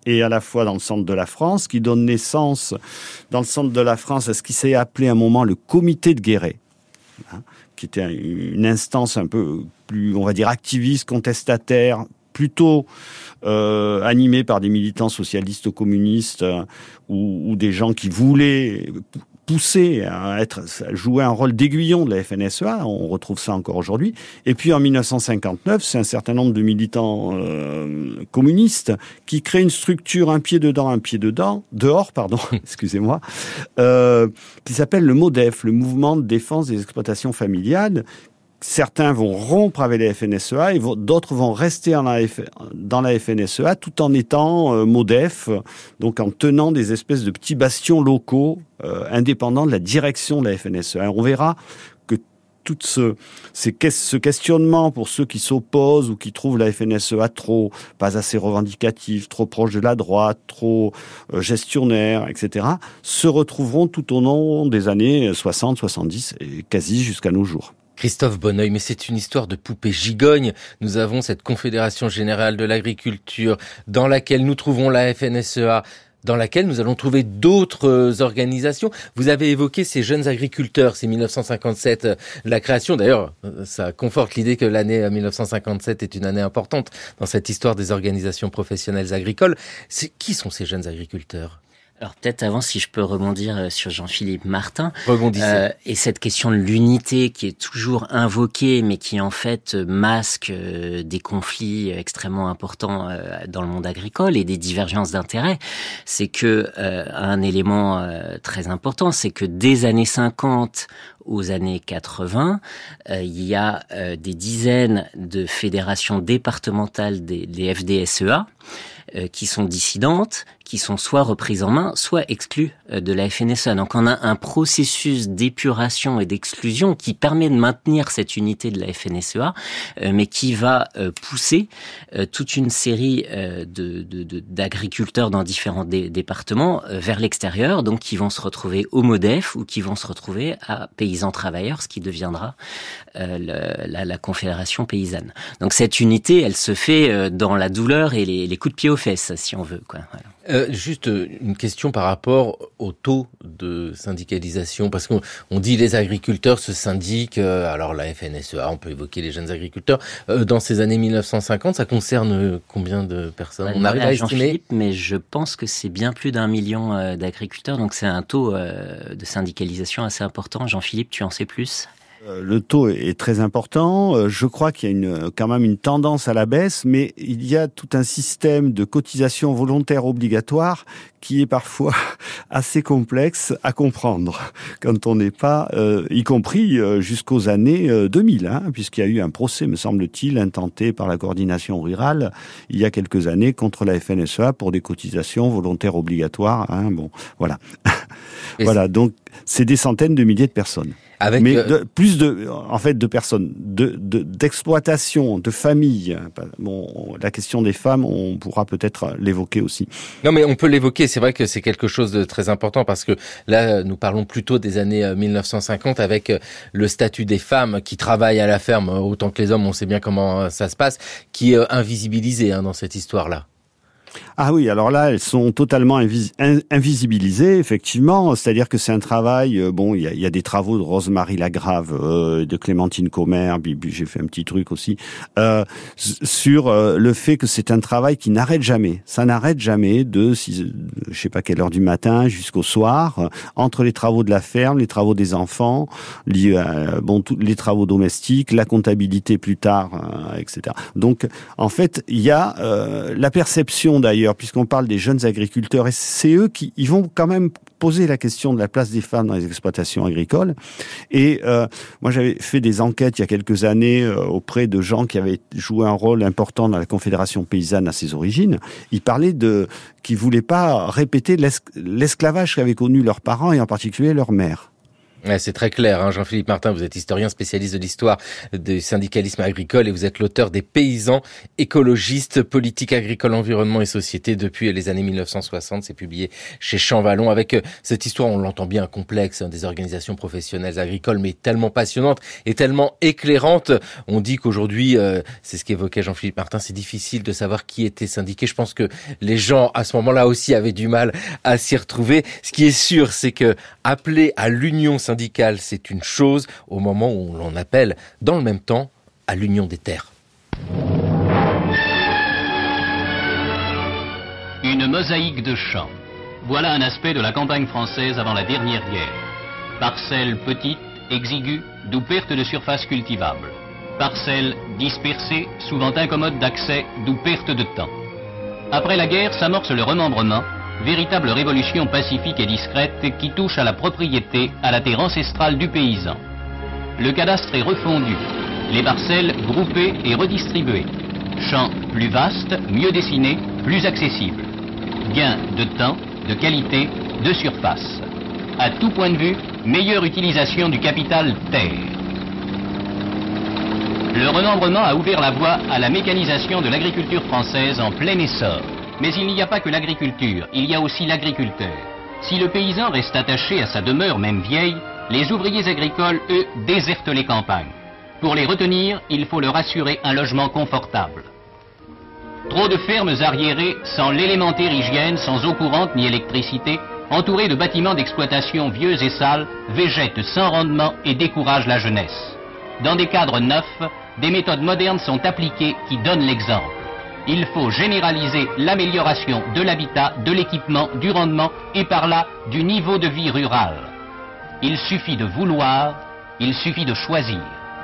et à la fois dans le centre de la France, qui donne naissance dans le centre de la France à ce qui s'est appelé à un moment le comité de Guéret, hein, qui était une instance un peu plus, on va dire, activiste, contestataire, plutôt euh, animée par des militants socialistes ou communistes euh, ou, ou des gens qui voulaient poussé à être, à jouer un rôle d'aiguillon de la F N S E A, on retrouve ça encore aujourd'hui. Et puis en mille neuf cent cinquante-neuf, c'est un certain nombre de militants euh, communistes qui créent une structure un pied dedans, un pied dedans, dehors, pardon, excusez-moi, euh, qui s'appelle le MODEF, le Mouvement de défense des exploitations familiales. Certains vont rompre avec la F N S E A et d'autres vont rester dans la, F... dans la F N S E A tout en étant euh, MODEF, donc en tenant des espèces de petits bastions locaux euh, indépendants de la direction de la F N S E A. On verra que tout ce, ces, ce questionnement pour ceux qui s'opposent ou qui trouvent la F N S E A trop, pas assez revendicative, trop proche de la droite, trop euh, gestionnaire, et cetera, se retrouveront tout au long des années soixante, soixante-dix et quasi jusqu'à nos jours. Christophe Bonneuil, mais c'est une histoire de poupée gigogne. Nous avons cette Confédération Générale de l'Agriculture dans laquelle nous trouvons la F N S E A, dans laquelle nous allons trouver d'autres organisations. Vous avez évoqué ces jeunes agriculteurs, c'est mille neuf cent cinquante-sept, la création. D'ailleurs, ça conforte l'idée que l'année mille neuf cent cinquante-sept est une année importante dans cette histoire des organisations professionnelles agricoles. C'est, qui sont ces jeunes agriculteurs ? Alors peut-être avant, si je peux rebondir sur Jean-Philippe Martin. Rebondissez. Euh, et cette question de l'unité qui est toujours invoquée, mais qui en fait masque euh, des conflits extrêmement importants euh, dans le monde agricole et des divergences d'intérêts, c'est que euh, un élément euh, très important, c'est que des années cinquante aux années quatre-vingts, euh, il y a euh, des dizaines de fédérations départementales des, des F D S E A euh, qui sont dissidentes, qui sont soit reprises en main, soit exclues euh, de la F N S E A. Donc on a un processus d'épuration et d'exclusion qui permet de maintenir cette unité de la F N S E A, euh, mais qui va euh, pousser euh, toute une série euh, de, de, de, d'agriculteurs dans différents dé- départements euh, vers l'extérieur, donc qui vont se retrouver au MODEF ou qui vont se retrouver à Paysans Travailleurs, ce qui deviendra euh, le, la, la Confédération Paysanne. Donc cette unité, elle se fait euh, dans la douleur et les, les coups de pied aux fesses, si on veut, quoi. Voilà. Euh, juste une question par rapport au taux de syndicalisation, parce qu'on on dit les agriculteurs se syndiquent, euh, alors la F N S E A, on peut évoquer les jeunes agriculteurs, euh, dans ces années mille neuf cent cinquante, ça concerne combien de personnes ? Bah, on arrive à estimer ? Mais je pense que c'est bien plus d'un million euh, d'agriculteurs, donc c'est un taux euh, de syndicalisation assez important. Jean-Philippe, tu en sais plus ? Le taux est très important. Je crois qu'il y a une, quand même une tendance à la baisse, mais il y a tout un système de cotisation volontaire obligatoire qui est parfois assez complexe à comprendre quand on n'est pas, euh, y compris jusqu'aux années deux mille, hein, puisqu'il y a eu un procès, me semble-t-il, intenté par la coordination rurale il y a quelques années contre la F N S E A pour des cotisations volontaires obligatoires. Hein, bon, voilà. Voilà, donc c'est des centaines de milliers de personnes. Avec mais euh... de, plus de, en fait, de personnes, de, de, d'exploitation, de famille. Bon, la question des femmes, on pourra peut-être l'évoquer aussi. Non, mais on peut l'évoquer. C'est vrai que c'est quelque chose de très important parce que là, nous parlons plutôt des années mille neuf cent cinquante avec le statut des femmes qui travaillent à la ferme autant que les hommes. On sait bien comment ça se passe, qui est invisibilisé hein, dans cette histoire-là. Ah oui, alors là, elles sont totalement invis- in- invisibilisées, effectivement. C'est-à-dire que c'est un travail. Euh, bon, il y a, y a des travaux de Rosemary Lagrave, euh, de Clémentine Comer. Puis, puis j'ai fait un petit truc aussi euh, sur euh, le fait que c'est un travail qui n'arrête jamais. Ça n'arrête jamais de, six, je sais pas quelle heure du matin jusqu'au soir, euh, entre les travaux de la ferme, les travaux des enfants, les, euh, bon, tous les travaux domestiques, la comptabilité plus tard, euh, et cetera. Donc, en fait, il y a euh, la perception d'ailleurs, puisqu'on parle des jeunes agriculteurs, et c'est eux qui ils vont quand même poser la question de la place des femmes dans les exploitations agricoles. Et euh, moi, j'avais fait des enquêtes il y a quelques années euh, auprès de gens qui avaient joué un rôle important dans la Confédération paysanne à ses origines. Ils parlaient de qu'ils voulaient pas répéter l'es- l'esclavage qu'avaient connu leurs parents et en particulier leur mère. Ouais, c'est très clair, hein. Jean-Philippe Martin, vous êtes historien spécialiste de l'histoire du syndicalisme agricole et vous êtes l'auteur des Paysans écologistes, politique agricole, environnement et société depuis les années mille neuf cent soixante. C'est publié chez Champvallon avec cette histoire, on l'entend bien, complexe, hein, des organisations professionnelles agricoles, mais tellement passionnante et tellement éclairante. On dit qu'aujourd'hui, euh, c'est ce qu'évoquait Jean-Philippe Martin, c'est difficile de savoir qui était syndiqué. Je pense que les gens, à ce moment-là aussi, avaient du mal à s'y retrouver. Ce qui est sûr, c'est que appeler à l'union syndicale, c'est une chose au moment où l'on appelle, dans le même temps, à l'union des terres. Une mosaïque de champs. Voilà un aspect de la campagne française avant la dernière guerre. Parcelles petites, exiguës, d'où perte de surface cultivable. Parcelles dispersées, souvent incommodes d'accès, d'où perte de temps. Après la guerre s'amorce le remembrement, véritable révolution pacifique et discrète qui touche à la propriété, à la terre ancestrale du paysan. Le cadastre est refondu, les parcelles groupées et redistribuées. Champs plus vastes, mieux dessinés, plus accessibles. Gain de temps, de qualité, de surface. À tout point de vue, meilleure utilisation du capital terre. Le remembrement a ouvert la voie à la mécanisation de l'agriculture française en plein essor. Mais il n'y a pas que l'agriculture, il y a aussi l'agriculteur. Si le paysan reste attaché à sa demeure, même vieille, les ouvriers agricoles, eux, désertent les campagnes. Pour les retenir, il faut leur assurer un logement confortable. Trop de fermes arriérées, sans l'élémentaire hygiène, sans eau courante ni électricité, entourées de bâtiments d'exploitation vieux et sales, végètent sans rendement et découragent la jeunesse. Dans des cadres neufs, des méthodes modernes sont appliquées qui donnent l'exemple. Il faut généraliser l'amélioration de l'habitat, de l'équipement, du rendement et par là du niveau de vie rural. Il suffit de vouloir, il suffit de choisir.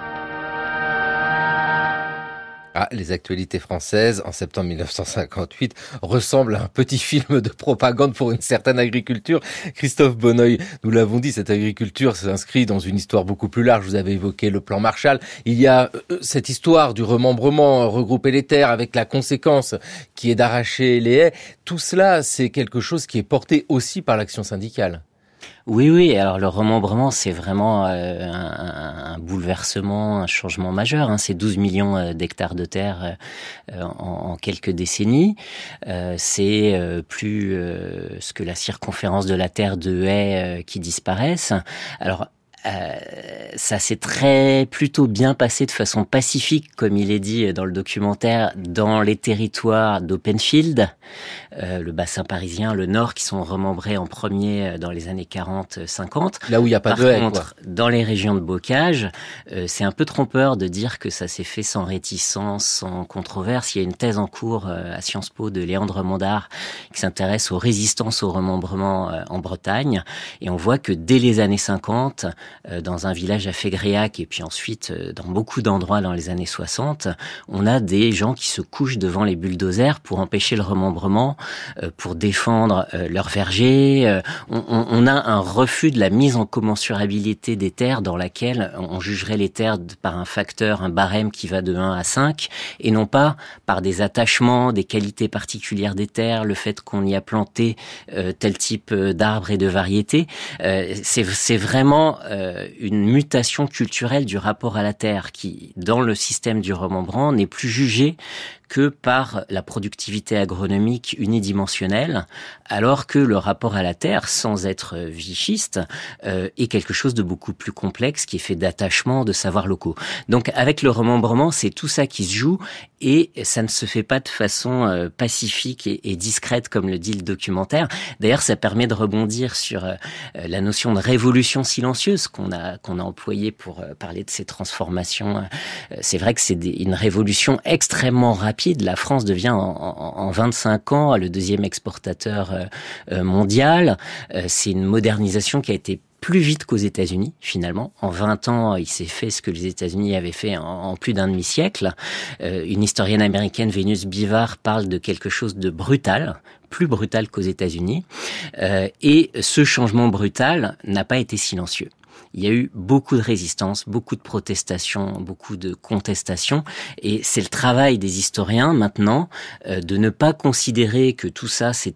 Ah, les actualités françaises, en septembre mille neuf cent cinquante-huit, ressemblent à un petit film de propagande pour une certaine agriculture. Christophe Bonneuil, nous l'avons dit, cette agriculture s'inscrit dans une histoire beaucoup plus large. Vous avez évoqué le plan Marshall. Il y a cette histoire du remembrement, regrouper les terres avec la conséquence qui est d'arracher les haies. Tout cela, c'est quelque chose qui est porté aussi par l'action syndicale. Oui, oui. Alors le remembrement, c'est vraiment euh, un, un bouleversement, un changement majeur. Hein. C'est douze millions d'hectares de terre euh, en, en quelques décennies. Euh, c'est euh, plus euh, ce que la circonférence de la terre de haies euh, qui disparaissent. Alors Euh, ça s'est très plutôt bien passé de façon pacifique, comme il est dit dans le documentaire, dans les territoires d'open field, euh, le bassin parisien, le nord, qui sont remembrés en premier dans les années quarante cinquante. Là où il n'y a pas Par de haies, contre, quoi. Dans les régions de bocage, euh, c'est un peu trompeur de dire que ça s'est fait sans réticence, sans controverse. Il y a une thèse en cours euh, à Sciences Po de Léandre Mondard qui s'intéresse aux résistances au remembrement euh, en Bretagne. Et on voit que dès les années cinquante, dans un village à Fégréac et puis ensuite dans beaucoup d'endroits dans les années soixante, on a des gens qui se couchent devant les bulldozers pour empêcher le remembrement, pour défendre leurs vergers. On, on a un refus de la mise en commensurabilité des terres dans laquelle on jugerait les terres par un facteur, un barème qui va de un à cinq et non pas par des attachements, des qualités particulières des terres, le fait qu'on y a planté euh, tel type d'arbres et de variétés. Euh, c'est, c'est vraiment euh, une mutation culturelle du rapport à la terre qui, dans le système du remembrant, n'est plus jugée que par la productivité agronomique unidimensionnelle, alors que le rapport à la terre, sans être vichiste, euh, est quelque chose de beaucoup plus complexe, qui est fait d'attachement, de savoirs locaux. Donc avec le remembrement, c'est tout ça qui se joue, et ça ne se fait pas de façon euh, pacifique et, et discrète, comme le dit le documentaire. D'ailleurs, ça permet de rebondir sur euh, la notion de révolution silencieuse qu'on a, qu'on a employée pour euh, parler de ces transformations. Euh, c'est vrai que c'est des, une révolution extrêmement rapide. La France devient en, en, en vingt-cinq ans le deuxième exportateur euh, mondial. Euh, c'est une modernisation qui a été plus vite qu'aux États-Unis, finalement. En vingt ans, il s'est fait ce que les États-Unis avaient fait en, en plus d'un demi-siècle. Euh, une historienne américaine, Vénus Bivard, parle de quelque chose de brutal, plus brutal qu'aux États-Unis. Euh, et ce changement brutal n'a pas été silencieux. Il y a eu beaucoup de résistance, beaucoup de protestations, beaucoup de contestations, et c'est le travail des historiens maintenant euh, de ne pas considérer que tout ça c'était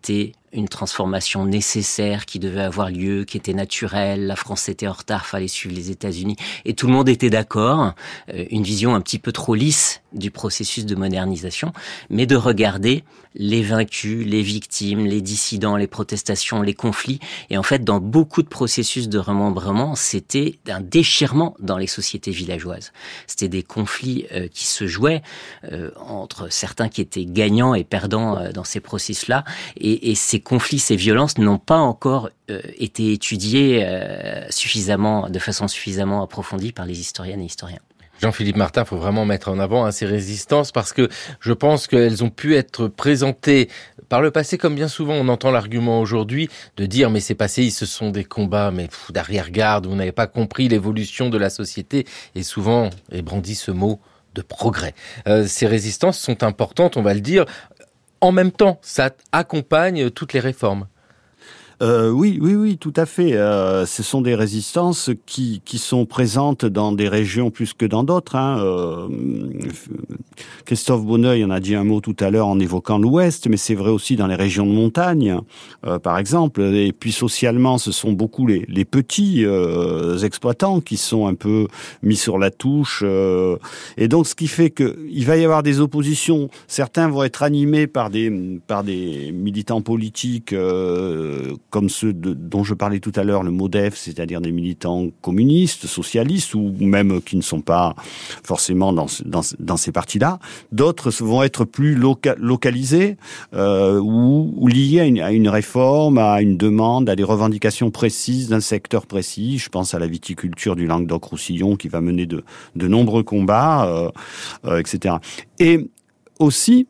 une transformation nécessaire qui devait avoir lieu, qui était naturelle. La France était en retard, fallait suivre les États-Unis. Et tout le monde était d'accord. Euh, une vision un petit peu trop lisse du processus de modernisation, mais de regarder les vaincus, les victimes, les dissidents, les protestations, les conflits. Et en fait, dans beaucoup de processus de remembrement, c'était un déchirement dans les sociétés villageoises. C'était des conflits euh, qui se jouaient euh, entre certains qui étaient gagnants et perdants euh, dans ces processus-là. Et, et ces conflits, ces violences n'ont pas encore euh, été étudiés euh, suffisamment, de façon suffisamment approfondie par les historiennes et historiens. Jean-Philippe Martin, il faut vraiment mettre en avant hein, ces résistances parce que je pense qu'elles ont pu être présentées par le passé, comme bien souvent on entend l'argument aujourd'hui de dire mais c'est passé, ce sont des combats mais pff, d'arrière-garde, vous n'avez pas compris l'évolution de la société et souvent est brandi ce mot de progrès. Euh, ces résistances sont importantes, on va le dire, en même temps, ça accompagne toutes les réformes. Euh, oui, oui, oui, tout à fait. Euh, ce sont des résistances qui qui sont présentes dans des régions plus que dans d'autres. Hein. Euh, Christophe Bonneuil en a dit un mot tout à l'heure en évoquant l'Ouest, mais c'est vrai aussi dans les régions de montagne, euh, par exemple. Et puis socialement, ce sont beaucoup les les petits euh, exploitants qui sont un peu mis sur la touche. Euh, et donc, ce qui fait que il va y avoir des oppositions. Certains vont être animés par des par des militants politiques. Euh, comme ceux de, dont je parlais tout à l'heure, le MODEF, c'est-à-dire des militants communistes, socialistes, ou même qui ne sont pas forcément dans, dans, dans ces partis-là. D'autres vont être plus loca- localisés euh, ou, ou liés à une, à une réforme, à une demande, à des revendications précises d'un secteur précis. Je pense à la viticulture du Languedoc-Roussillon qui va mener de, de nombreux combats, euh, euh, et cetera. Et aussi,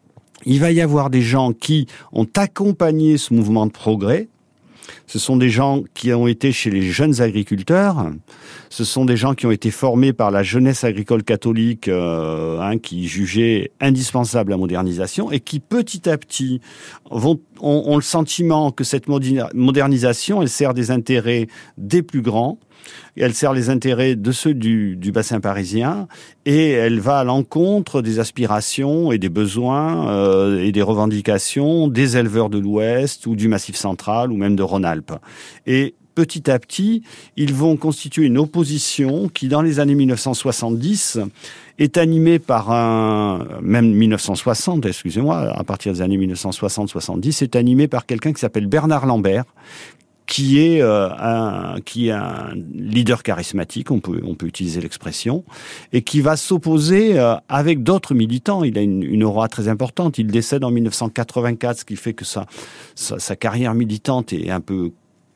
il va y avoir des gens qui ont accompagné ce mouvement de progrès. Ce sont des gens qui ont été chez les jeunes agriculteurs. Ce sont des gens qui ont été formés par la jeunesse agricole catholique, euh, hein, qui jugeait indispensable la modernisation et qui, petit à petit, vont, ont, ont le sentiment que cette modernisation, elle sert des intérêts des plus grands. Elle sert les intérêts de ceux du, du bassin parisien et elle va à l'encontre des aspirations et des besoins euh, et des revendications des éleveurs de l'Ouest ou du Massif central ou même de Rhône-Alpes. Et petit à petit, ils vont constituer une opposition qui, dans les années mille neuf cent soixante-dix, est animée par un... Même mille neuf cent soixante, excusez-moi, à partir des années mille neuf cent soixante soixante-dix, est animée par quelqu'un qui s'appelle Bernard Lambert, qui est euh, un qui est un leader charismatique, on peut on peut utiliser l'expression, et qui va s'opposer euh, avec d'autres militants. Il a une, une aura très importante. Il décède en mille neuf cent quatre-vingt-quatre, ce qui fait que sa sa, sa carrière militante est un peu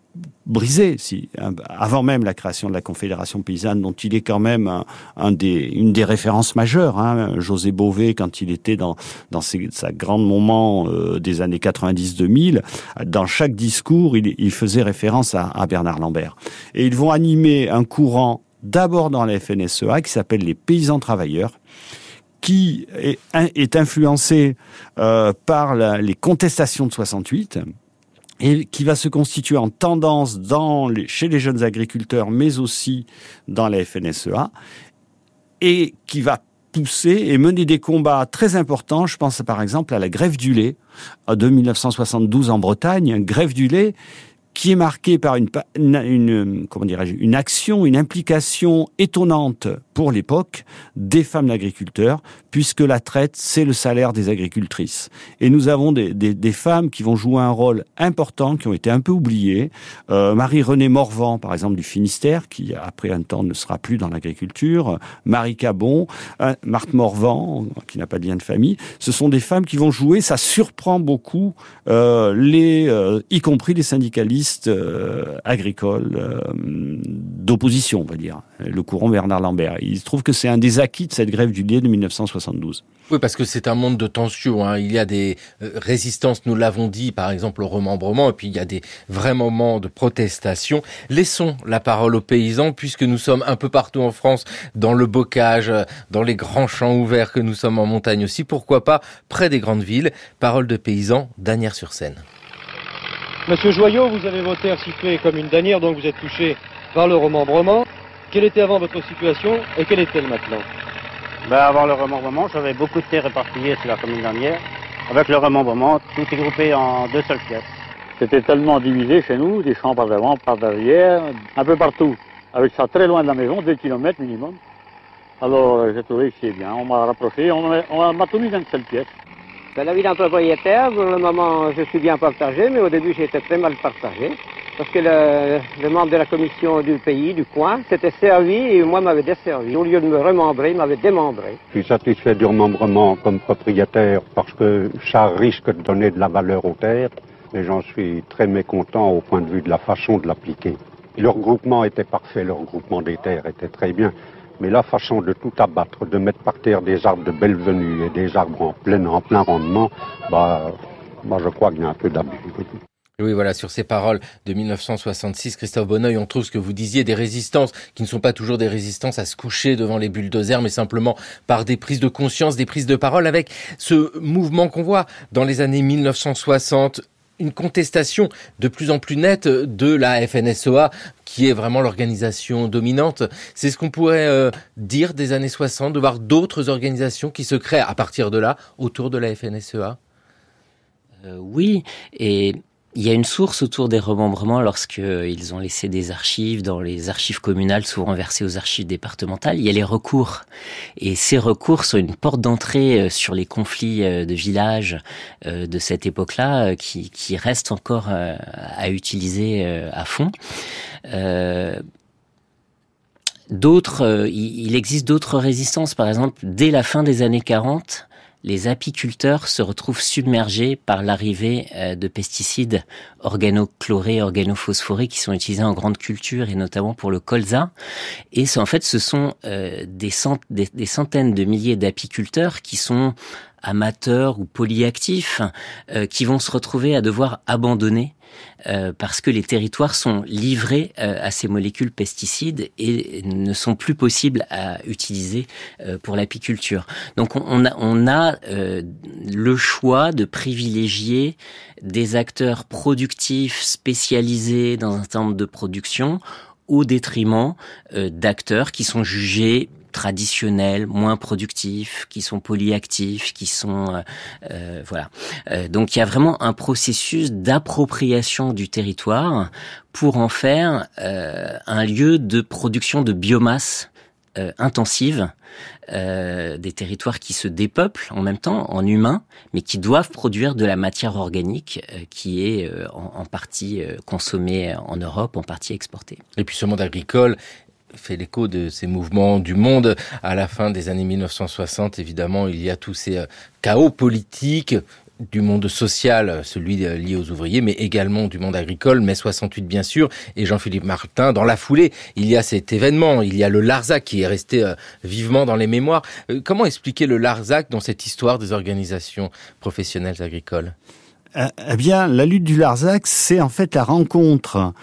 brisé, si, avant même la création de la Confédération paysanne, dont il est quand même un, un des, une des références majeures. Hein. José Bové, quand il était dans, dans ses, sa grande moment euh, des années quatre-vingt-dix deux mille, dans chaque discours, il, il faisait référence à, à Bernard Lambert. Et ils vont animer un courant, d'abord dans la F N S E A, qui s'appelle les paysans travailleurs, qui est, est influencé euh, par la, les contestations de soixante-huit, et qui va se constituer en tendance dans les, chez les jeunes agriculteurs, mais aussi dans la F N S E A, et qui va pousser et mener des combats très importants. Je pense par exemple à la grève du lait de mille neuf cent soixante-douze en Bretagne, une grève du lait qui est marquée par une, une, une, comment dirais-je, une action, une implication étonnante pour l'époque des femmes d'agriculteurs, puisque la traite, c'est le salaire des agricultrices. Et nous avons des, des, des femmes qui vont jouer un rôle important, qui ont été un peu oubliées. Euh, Marie-Renée Morvan, par exemple, du Finistère, qui après un temps ne sera plus dans l'agriculture. Marie Cabon, euh, Marthe Morvan, qui n'a pas de lien de famille. Ce sont des femmes qui vont jouer, ça surprend beaucoup, euh, les, euh, y compris les syndicalistes Euh, agricole euh, d'opposition, on va dire, le courant Bernard Lambert. Il se trouve que c'est un des acquis de cette grève du lait de mille neuf cent soixante-douze. Oui, parce que c'est un monde de tension. Hein. Il y a des euh, résistances, nous l'avons dit, par exemple au remembrement, et puis il y a des vrais moments de protestation. Laissons la parole aux paysans, puisque nous sommes un peu partout en France, dans le bocage, dans les grands champs ouverts, que nous sommes en montagne aussi. Pourquoi pas près des grandes villes? Parole de paysans d'Asnières-sur-Seine. Monsieur Joyot, vous avez vos terres situées comme une danière, donc vous êtes touché par le remembrement. Quelle était avant votre situation et quelle est-elle maintenant? Ben, avant le remembrement, j'avais beaucoup de terres éparpillées sur la commune danière. Avec le remembrement, tout est groupé en deux seules pièces. C'était tellement divisé chez nous, des champs par devant, par derrière, un peu partout. Avec ça très loin de la maison, deux kilomètres minimum. Alors j'ai trouvé que c'est bien, on m'a rapproché, on m'a, on m'a tout mis dans une seule pièce. Ben, la vie d'un propriétaire, pour le moment, je suis bien partagé, mais au début, j'ai été très mal partagé. Parce que le, le membre de la commission du pays, du coin, s'était servi et moi m'avait desservi. Au lieu de me remembrer, il m'avait démembré. Je suis satisfait du remembrement comme propriétaire parce que ça risque de donner de la valeur aux terres. Et j'en suis très mécontent au point de vue de la façon de l'appliquer. Et le regroupement était parfait, le regroupement des terres était très bien. Mais la façon de tout abattre, de mettre par terre des arbres de belle venue et des arbres en plein, en plein rendement, bah, bah, je crois qu'il y a un peu d'abus. Oui, voilà, sur ces paroles de mille neuf cent soixante-six, Christophe Bonneuil, on trouve ce que vous disiez, des résistances qui ne sont pas toujours des résistances à se coucher devant les bulldozers, mais simplement par des prises de conscience, des prises de parole, avec ce mouvement qu'on voit dans les années mille neuf cent soixante, une contestation de plus en plus nette de la F N S E A, qui est vraiment l'organisation dominante. C'est ce qu'on pourrait euh, dire des années soixante, de voir d'autres organisations qui se créent à partir de là, autour de la F N S E A. Euh, oui, et il y a une source autour des remembrements lorsqu'ils ont laissé des archives dans les archives communales, souvent versées aux archives départementales. Il y a les recours. Et ces recours sont une porte d'entrée sur les conflits de village de cette époque-là qui, qui restent encore à utiliser à fond. Euh, d'autres, il existe d'autres résistances. Par exemple, dès la fin des années quarante, les apiculteurs se retrouvent submergés par l'arrivée de pesticides organochlorés, organophosphorés qui sont utilisés en grande culture et notamment pour le colza. Et en fait, ce sont euh, des, cent, des, des centaines de milliers d'apiculteurs qui sont amateurs ou polyactifs, euh, qui vont se retrouver à devoir abandonner Euh, parce que les territoires sont livrés euh, à ces molécules pesticides et ne sont plus possibles à utiliser euh, pour l'apiculture. Donc on, on a, on a euh, le choix de privilégier des acteurs productifs spécialisés dans un certain nombre de productions au détriment euh, d'acteurs qui sont jugés traditionnels, moins productifs, qui sont polyactifs, qui sont euh, euh, voilà. Euh, donc il y a vraiment un processus d'appropriation du territoire pour en faire euh, un lieu de production de biomasse euh, intensive, euh, des territoires qui se dépeuplent en même temps en humains, mais qui doivent produire de la matière organique euh, qui est euh, en, en partie euh, consommée en Europe, en partie exportée. Et puis ce monde agricole fait l'écho de ces mouvements du monde. À la fin des années mille neuf cent soixante, évidemment, il y a tous ces chaos politiques du monde social, celui lié aux ouvriers, mais également du monde agricole, mai soixante-huit bien sûr, et Jean-Philippe Martin, dans la foulée, il y a cet événement, il y a le Larzac qui est resté euh, vivement dans les mémoires. Euh, comment expliquer le Larzac dans cette histoire des organisations professionnelles agricoles ? Eh bien, la lutte du Larzac, c'est en fait la rencontre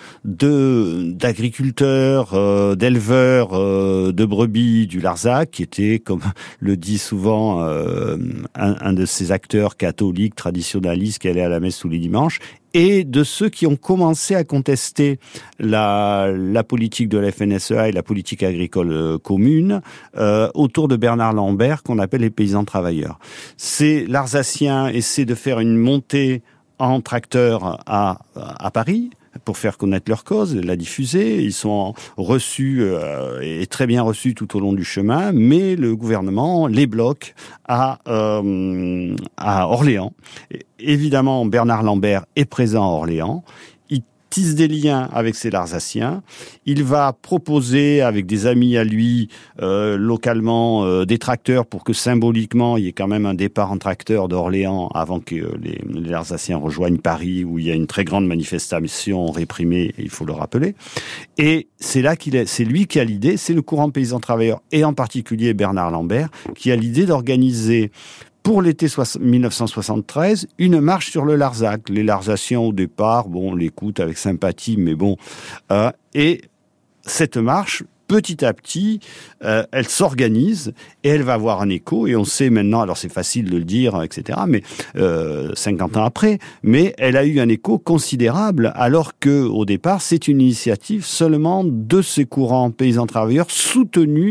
de d'agriculteurs, euh, d'éleveurs euh, de brebis du Larzac, qui était, comme le dit souvent euh, un, un de ces acteurs catholiques traditionnalistes qui allait à la messe tous les dimanches, et de ceux qui ont commencé à contester la, la politique de la F N S E A et la politique agricole euh, commune euh, autour de Bernard Lambert, qu'on appelle les paysans travailleurs. Ces Larzaciens essaient de faire une montée en tracteur à, à Paris pour faire connaître leur cause, la diffuser. Ils sont reçus euh, et très bien reçus tout au long du chemin, mais le gouvernement les bloque à, euh, à Orléans. Et évidemment, Bernard Lambert est présent à Orléans. Il tisse des liens avec ces Larzaciens. Il va proposer avec des amis à lui euh, localement euh, des tracteurs pour que symboliquement il y ait quand même un départ en tracteur d'Orléans avant que euh, les, les Larzaciens rejoignent Paris, où il y a une très grande manifestation réprimée, il faut le rappeler. Et c'est là qu'il est, c'est lui qui a l'idée, c'est le courant paysan travailleur et en particulier Bernard Lambert qui a l'idée d'organiser pour l'été mille neuf cent soixante-treize, une marche sur le Larzac. Les Larzaciens, au départ, bon, on l'écoute avec sympathie, mais bon. Euh, et cette marche, petit à petit, euh, elle s'organise et elle va avoir un écho. Et on sait maintenant, alors c'est facile de le dire, et cetera, mais euh, cinquante ans après, mais elle a eu un écho considérable, alors que au départ, c'est une initiative seulement de ces courants paysans travailleurs soutenus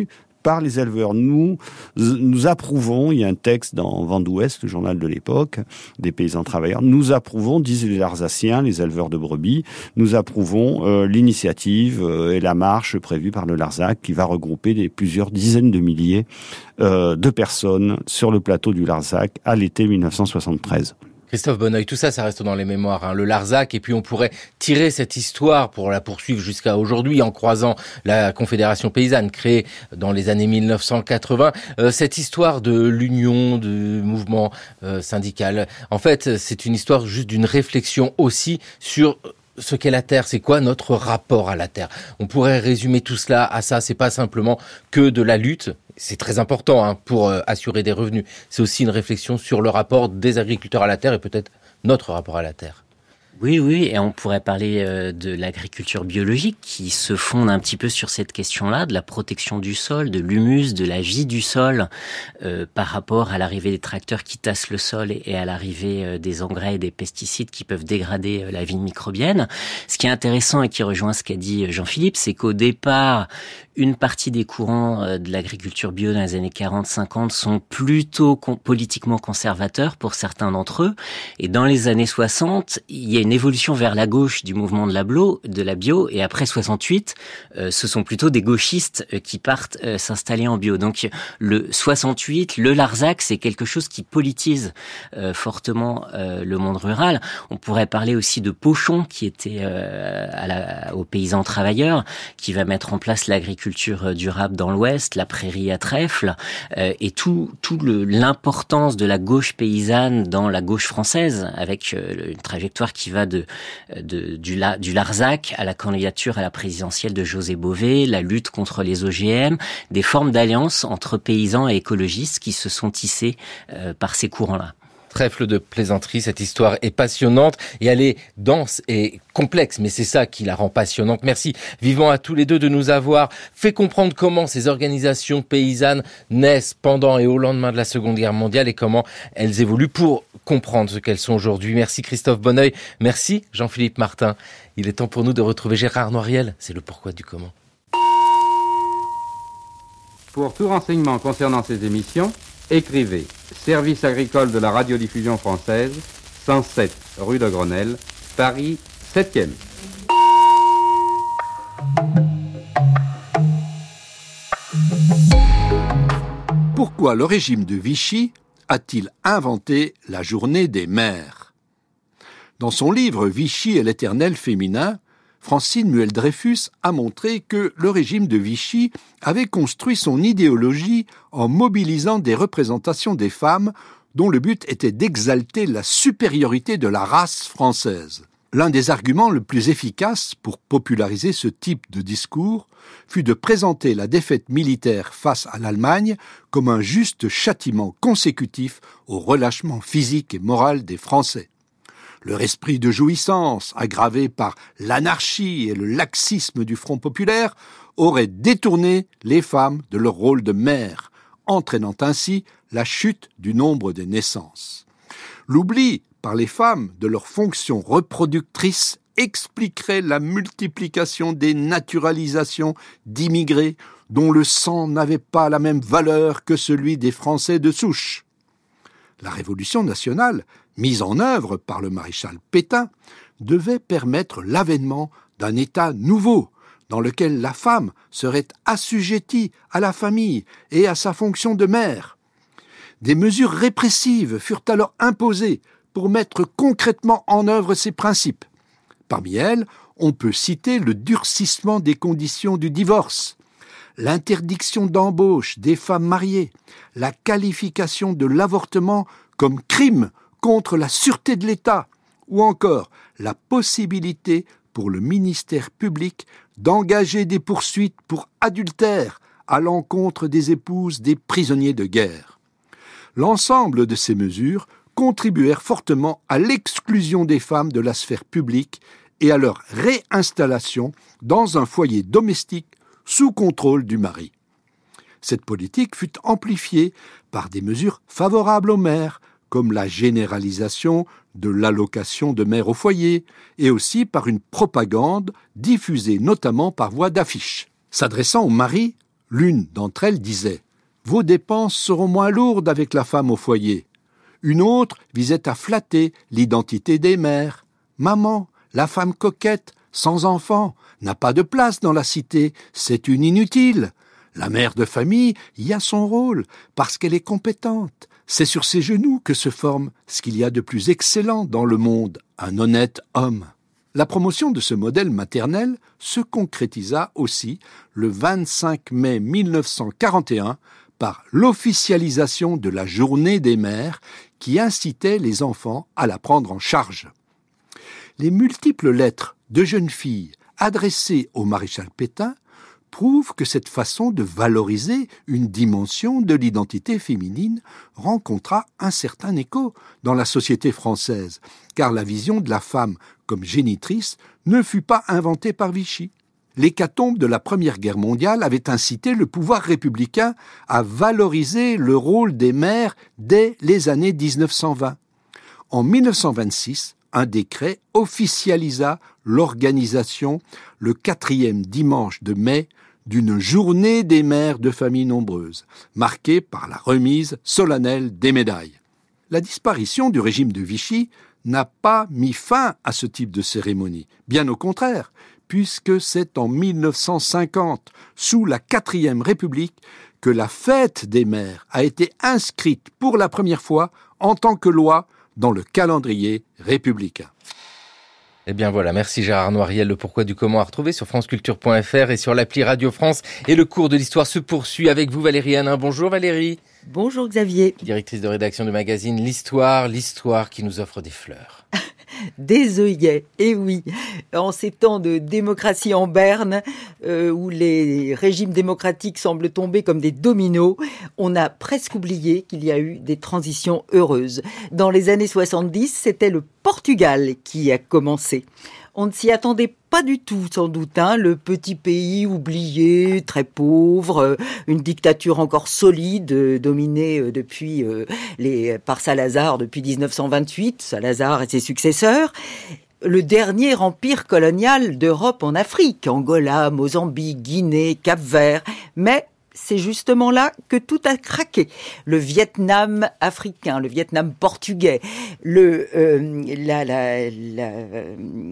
par les éleveurs. Nous, nous approuvons, il y a un texte dans Vent d'Ouest, le journal de l'époque, des paysans travailleurs, nous approuvons, disent les Larzaciens, les éleveurs de brebis, nous approuvons euh, l'initiative euh, et la marche prévue par le Larzac qui va regrouper des, plusieurs dizaines de milliers euh, de personnes sur le plateau du Larzac à l'été mille neuf cent soixante-treize. Christophe Bonneuil, tout ça, ça reste dans les mémoires, hein, le Larzac, et puis on pourrait tirer cette histoire pour la poursuivre jusqu'à aujourd'hui en croisant la Confédération paysanne créée dans les années mille neuf cent quatre-vingts, euh, cette histoire de l'union, du mouvement euh, syndical. En fait, c'est une histoire juste d'une réflexion aussi sur ce qu'est la terre, c'est quoi notre rapport à la terre. On pourrait résumer tout cela à ça, c'est pas simplement que de la lutte, c'est très important hein, pour euh, assurer des revenus, c'est aussi une réflexion sur le rapport des agriculteurs à la terre et peut-être notre rapport à la terre. Oui, oui, et on pourrait parler euh, de l'agriculture biologique qui se fonde un petit peu sur cette question-là, de la protection du sol, de l'humus, de la vie du sol euh, par rapport à l'arrivée des tracteurs qui tassent le sol et à l'arrivée euh, des engrais et des pesticides qui peuvent dégrader euh, la vie microbienne. Ce qui est intéressant et qui rejoint ce qu'a dit Jean-Philippe, c'est qu'au départ, une partie des courants euh, de l'agriculture bio dans les années quarante cinquante sont plutôt con- politiquement conservateurs pour certains d'entre eux, et dans les années soixante, il y a une évolution vers la gauche du mouvement de la, blo, de la bio, et après soixante-huit, euh, ce sont plutôt des gauchistes euh, qui partent euh, s'installer en bio. Donc le soixante-huit, le Larzac, c'est quelque chose qui politise euh, fortement euh, le monde rural. On pourrait parler aussi de Pochon, qui était euh, à la, aux paysans travailleurs, qui va mettre en place l'agriculture durable dans l'Ouest, la prairie à trèfle, euh, et tout, tout le, l'importance de la gauche paysanne dans la gauche française, avec euh, une trajectoire qui va de, de du, La, du Larzac à la candidature à la présidentielle de José Bové, la lutte contre les O G M, des formes d'alliance entre paysans et écologistes qui se sont tissées euh, par ces courants-là. Trèfle de plaisanterie, cette histoire est passionnante et elle est dense et complexe, mais c'est ça qui la rend passionnante. Merci vivement à tous les deux de nous avoir fait comprendre comment ces organisations paysannes naissent pendant et au lendemain de la Seconde Guerre mondiale et comment elles évoluent pour comprendre ce qu'elles sont aujourd'hui. Merci Christophe Bonneuil, merci Jean-Philippe Martin. Il est temps pour nous de retrouver Gérard Noiriel, c'est le pourquoi du comment. Pour tout renseignement concernant ces émissions, écrivez Service agricole de la radiodiffusion française, cent sept rue de Grenelle, Paris septième. Pourquoi le régime de Vichy a-t-il inventé la journée des mères ? Dans son livre Vichy et l'éternel féminin, Francine Muel-Dreyfus a montré que le régime de Vichy avait construit son idéologie en mobilisant des représentations des femmes dont le but était d'exalter la supériorité de la race française. L'un des arguments le plus efficaces pour populariser ce type de discours fut de présenter la défaite militaire face à l'Allemagne comme un juste châtiment consécutif au relâchement physique et moral des Français. Leur esprit de jouissance, aggravé par l'anarchie et le laxisme du Front populaire, aurait détourné les femmes de leur rôle de mère, entraînant ainsi la chute du nombre des naissances. L'oubli par les femmes de leur fonction reproductrice expliquerait la multiplication des naturalisations d'immigrés dont le sang n'avait pas la même valeur que celui des Français de souche. La Révolution nationale, mise en œuvre par le maréchal Pétain, devait permettre l'avènement d'un État nouveau, dans lequel la femme serait assujettie à la famille et à sa fonction de mère. Des mesures répressives furent alors imposées pour mettre concrètement en œuvre ces principes. Parmi elles, on peut citer le durcissement des conditions du divorce, l'interdiction d'embauche des femmes mariées, la qualification de l'avortement comme crime contre la sûreté de l'État, ou encore la possibilité pour le ministère public d'engager des poursuites pour adultère à l'encontre des épouses des prisonniers de guerre. L'ensemble de ces mesures contribuèrent fortement à l'exclusion des femmes de la sphère publique et à leur réinstallation dans un foyer domestique sous contrôle du mari. Cette politique fut amplifiée par des mesures favorables aux mères, comme la généralisation de l'allocation de mère au foyer, et aussi par une propagande diffusée notamment par voie d'affiches. S'adressant aux maris, L'une d'entre elles disait « Vos dépenses seront moins lourdes avec la femme au foyer ». Une autre visait à flatter l'identité des mères. « Maman, la femme coquette, sans enfant, n'a pas de place dans la cité, c'est une inutile. La mère de famille y a son rôle, parce qu'elle est compétente. C'est sur ses genoux que se forme ce qu'il y a de plus excellent dans le monde, un honnête homme. » La promotion de ce modèle maternel se concrétisa aussi le vingt-cinq mai mille neuf cent quarante et un par l'officialisation de la Journée des mères qui incitait les enfants à la prendre en charge. Les multiples lettres de jeunes filles adressées au maréchal Pétain prouvent que cette façon de valoriser une dimension de l'identité féminine rencontra un certain écho dans la société française, car la vision de la femme comme génitrice ne fut pas inventée par Vichy. L'hécatombe de la Première Guerre mondiale avait incité le pouvoir républicain à valoriser le rôle des mères dès les années dix-neuf cent vingt. En mille neuf cent vingt-six, un décret officialisa l'organisation le quatrième dimanche de mai d'une journée des mères de familles nombreuses, marquée par la remise solennelle des médailles. La disparition du régime de Vichy n'a pas mis fin à ce type de cérémonie, bien au contraire, puisque c'est en mille neuf cent cinquante, sous la quatrième République, que la fête des mères a été inscrite pour la première fois en tant que loi dans le calendrier républicain. Eh bien voilà, merci Gérard Noiriel. Le pourquoi du comment à retrouver sur franceculture point f r et sur l'appli Radio France. Et le cours de l'histoire se poursuit avec vous Valérie Hanin. Bonjour Valérie. Bonjour Xavier. Directrice de rédaction du magazine L'Histoire, l'Histoire qui nous offre des fleurs. Des œillets, et oui, en ces temps de démocratie en berne, euh, où les régimes démocratiques semblent tomber comme des dominos, on a presque oublié qu'il y a eu des transitions heureuses. Dans les années soixante-dix, c'était le Portugal qui a commencé. On ne s'y attendait pas du tout, sans doute, hein, le petit pays oublié, très pauvre, euh, une dictature encore solide, euh, dominée euh, depuis euh, les par Salazar depuis dix-neuf cent vingt-huit, Salazar et ses successeurs. Le dernier empire colonial d'Europe en Afrique, Angola, Mozambique, Guinée, Cap-Vert, mais c'est justement là que tout a craqué. Le Vietnam africain, le Vietnam portugais, le, euh, la, la, la, euh,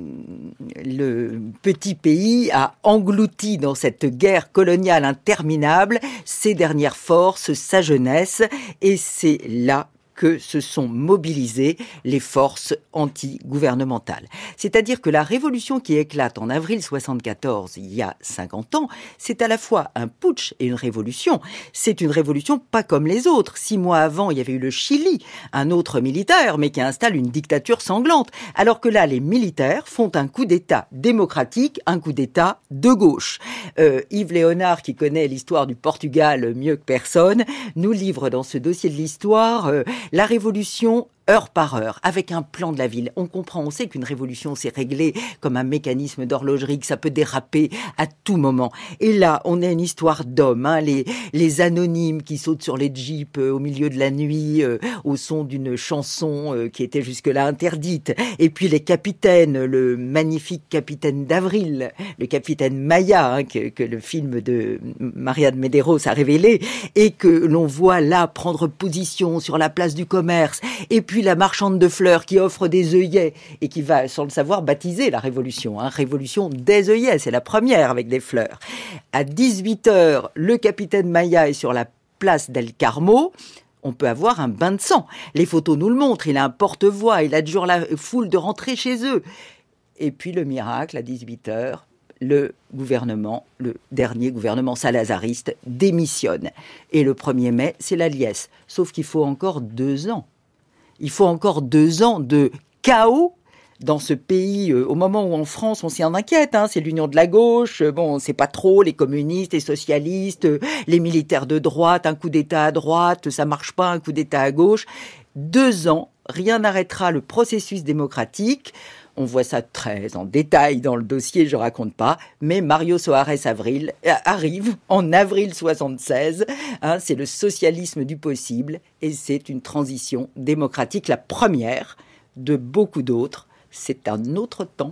le petit pays a englouti dans cette guerre coloniale interminable ses dernières forces, sa jeunesse, et c'est là que se sont mobilisées les forces anti-gouvernementales. C'est-à-dire que la révolution qui éclate en avril soixante-quatorze, il y a cinquante ans, c'est à la fois un putsch et une révolution. C'est une révolution pas comme les autres. Six mois avant, il y avait eu le Chili, un autre militaire, mais qui installe une dictature sanglante. Alors que là, les militaires font un coup d'État démocratique, un coup d'État de gauche. Euh, Yves Léonard, qui connaît l'histoire du Portugal mieux que personne, nous livre dans ce dossier de l'histoire euh, la révolution heure par heure, avec un plan de la ville. On comprend, on sait qu'une révolution, c'est réglé comme un mécanisme d'horlogerie, que ça peut déraper à tout moment. Et là, on a une histoire d'hommes, hein, les, les anonymes qui sautent sur les jeeps euh, au milieu de la nuit, euh, au son d'une chanson euh, qui était jusque-là interdite. Et puis les capitaines, le magnifique capitaine d'Avril, le capitaine Maya, hein, que, que le film de Maria de Medeiros a révélé, et que l'on voit là prendre position sur la place du commerce. Et puis Puis la marchande de fleurs qui offre des œillets et qui va, sans le savoir, baptiser la révolution. Hein. Révolution des œillets, c'est la première avec des fleurs. À dix-huit heures, le capitaine Maya est sur la place d'El Carmo. On peut avoir un bain de sang. Les photos nous le montrent. Il a un porte-voix. Il a toujours la foule de rentrer chez eux. Et puis le miracle, à dix-huit heures, le gouvernement, le dernier gouvernement salazariste, démissionne. Et le premier mai, c'est la liesse. Sauf qu'il faut encore deux ans. Il faut encore deux ans de chaos dans ce pays, euh, au moment où en France on s'y en inquiète, hein, c'est l'union de la gauche, euh, bon, c'est pas trop, les communistes, les socialistes, euh, les militaires de droite, un coup d'État à droite, ça marche pas, un coup d'État à gauche. Deux ans, rien n'arrêtera le processus démocratique. On voit ça très en détail dans le dossier, je raconte pas, mais Mario Soares Avril euh, arrive en avril soixante-seize, hein, c'est le socialisme du possible, et c'est une transition démocratique, la première de beaucoup d'autres. C'est un autre temps,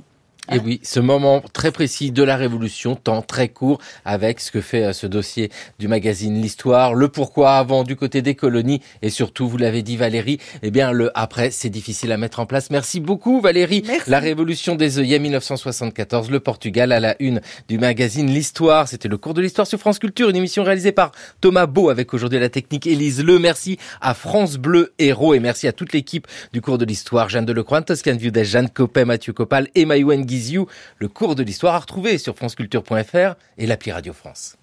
Et oui, ce moment très précis de la Révolution, temps très court, avec ce que fait ce dossier du magazine L'Histoire, le pourquoi avant du côté des colonies, et surtout, vous l'avez dit Valérie, eh bien le après, c'est difficile à mettre en place. Merci beaucoup Valérie. Merci. La Révolution des œillets mille neuf cent soixante-quatorze, le Portugal à la une du magazine L'Histoire. C'était le cours de l'Histoire sur France Culture, une émission réalisée par Thomas Beau, avec aujourd'hui la technique Élise Le. Merci à France Bleu Héros, et merci à toute l'équipe du cours de l'Histoire, Jeanne Delecroix, Toscane Viudès, Jeanne Copet, Mathieu Copal et Maïwen Guiziou. Le cours de l'Histoire à retrouver sur franceculture point f r et l'appli Radio France.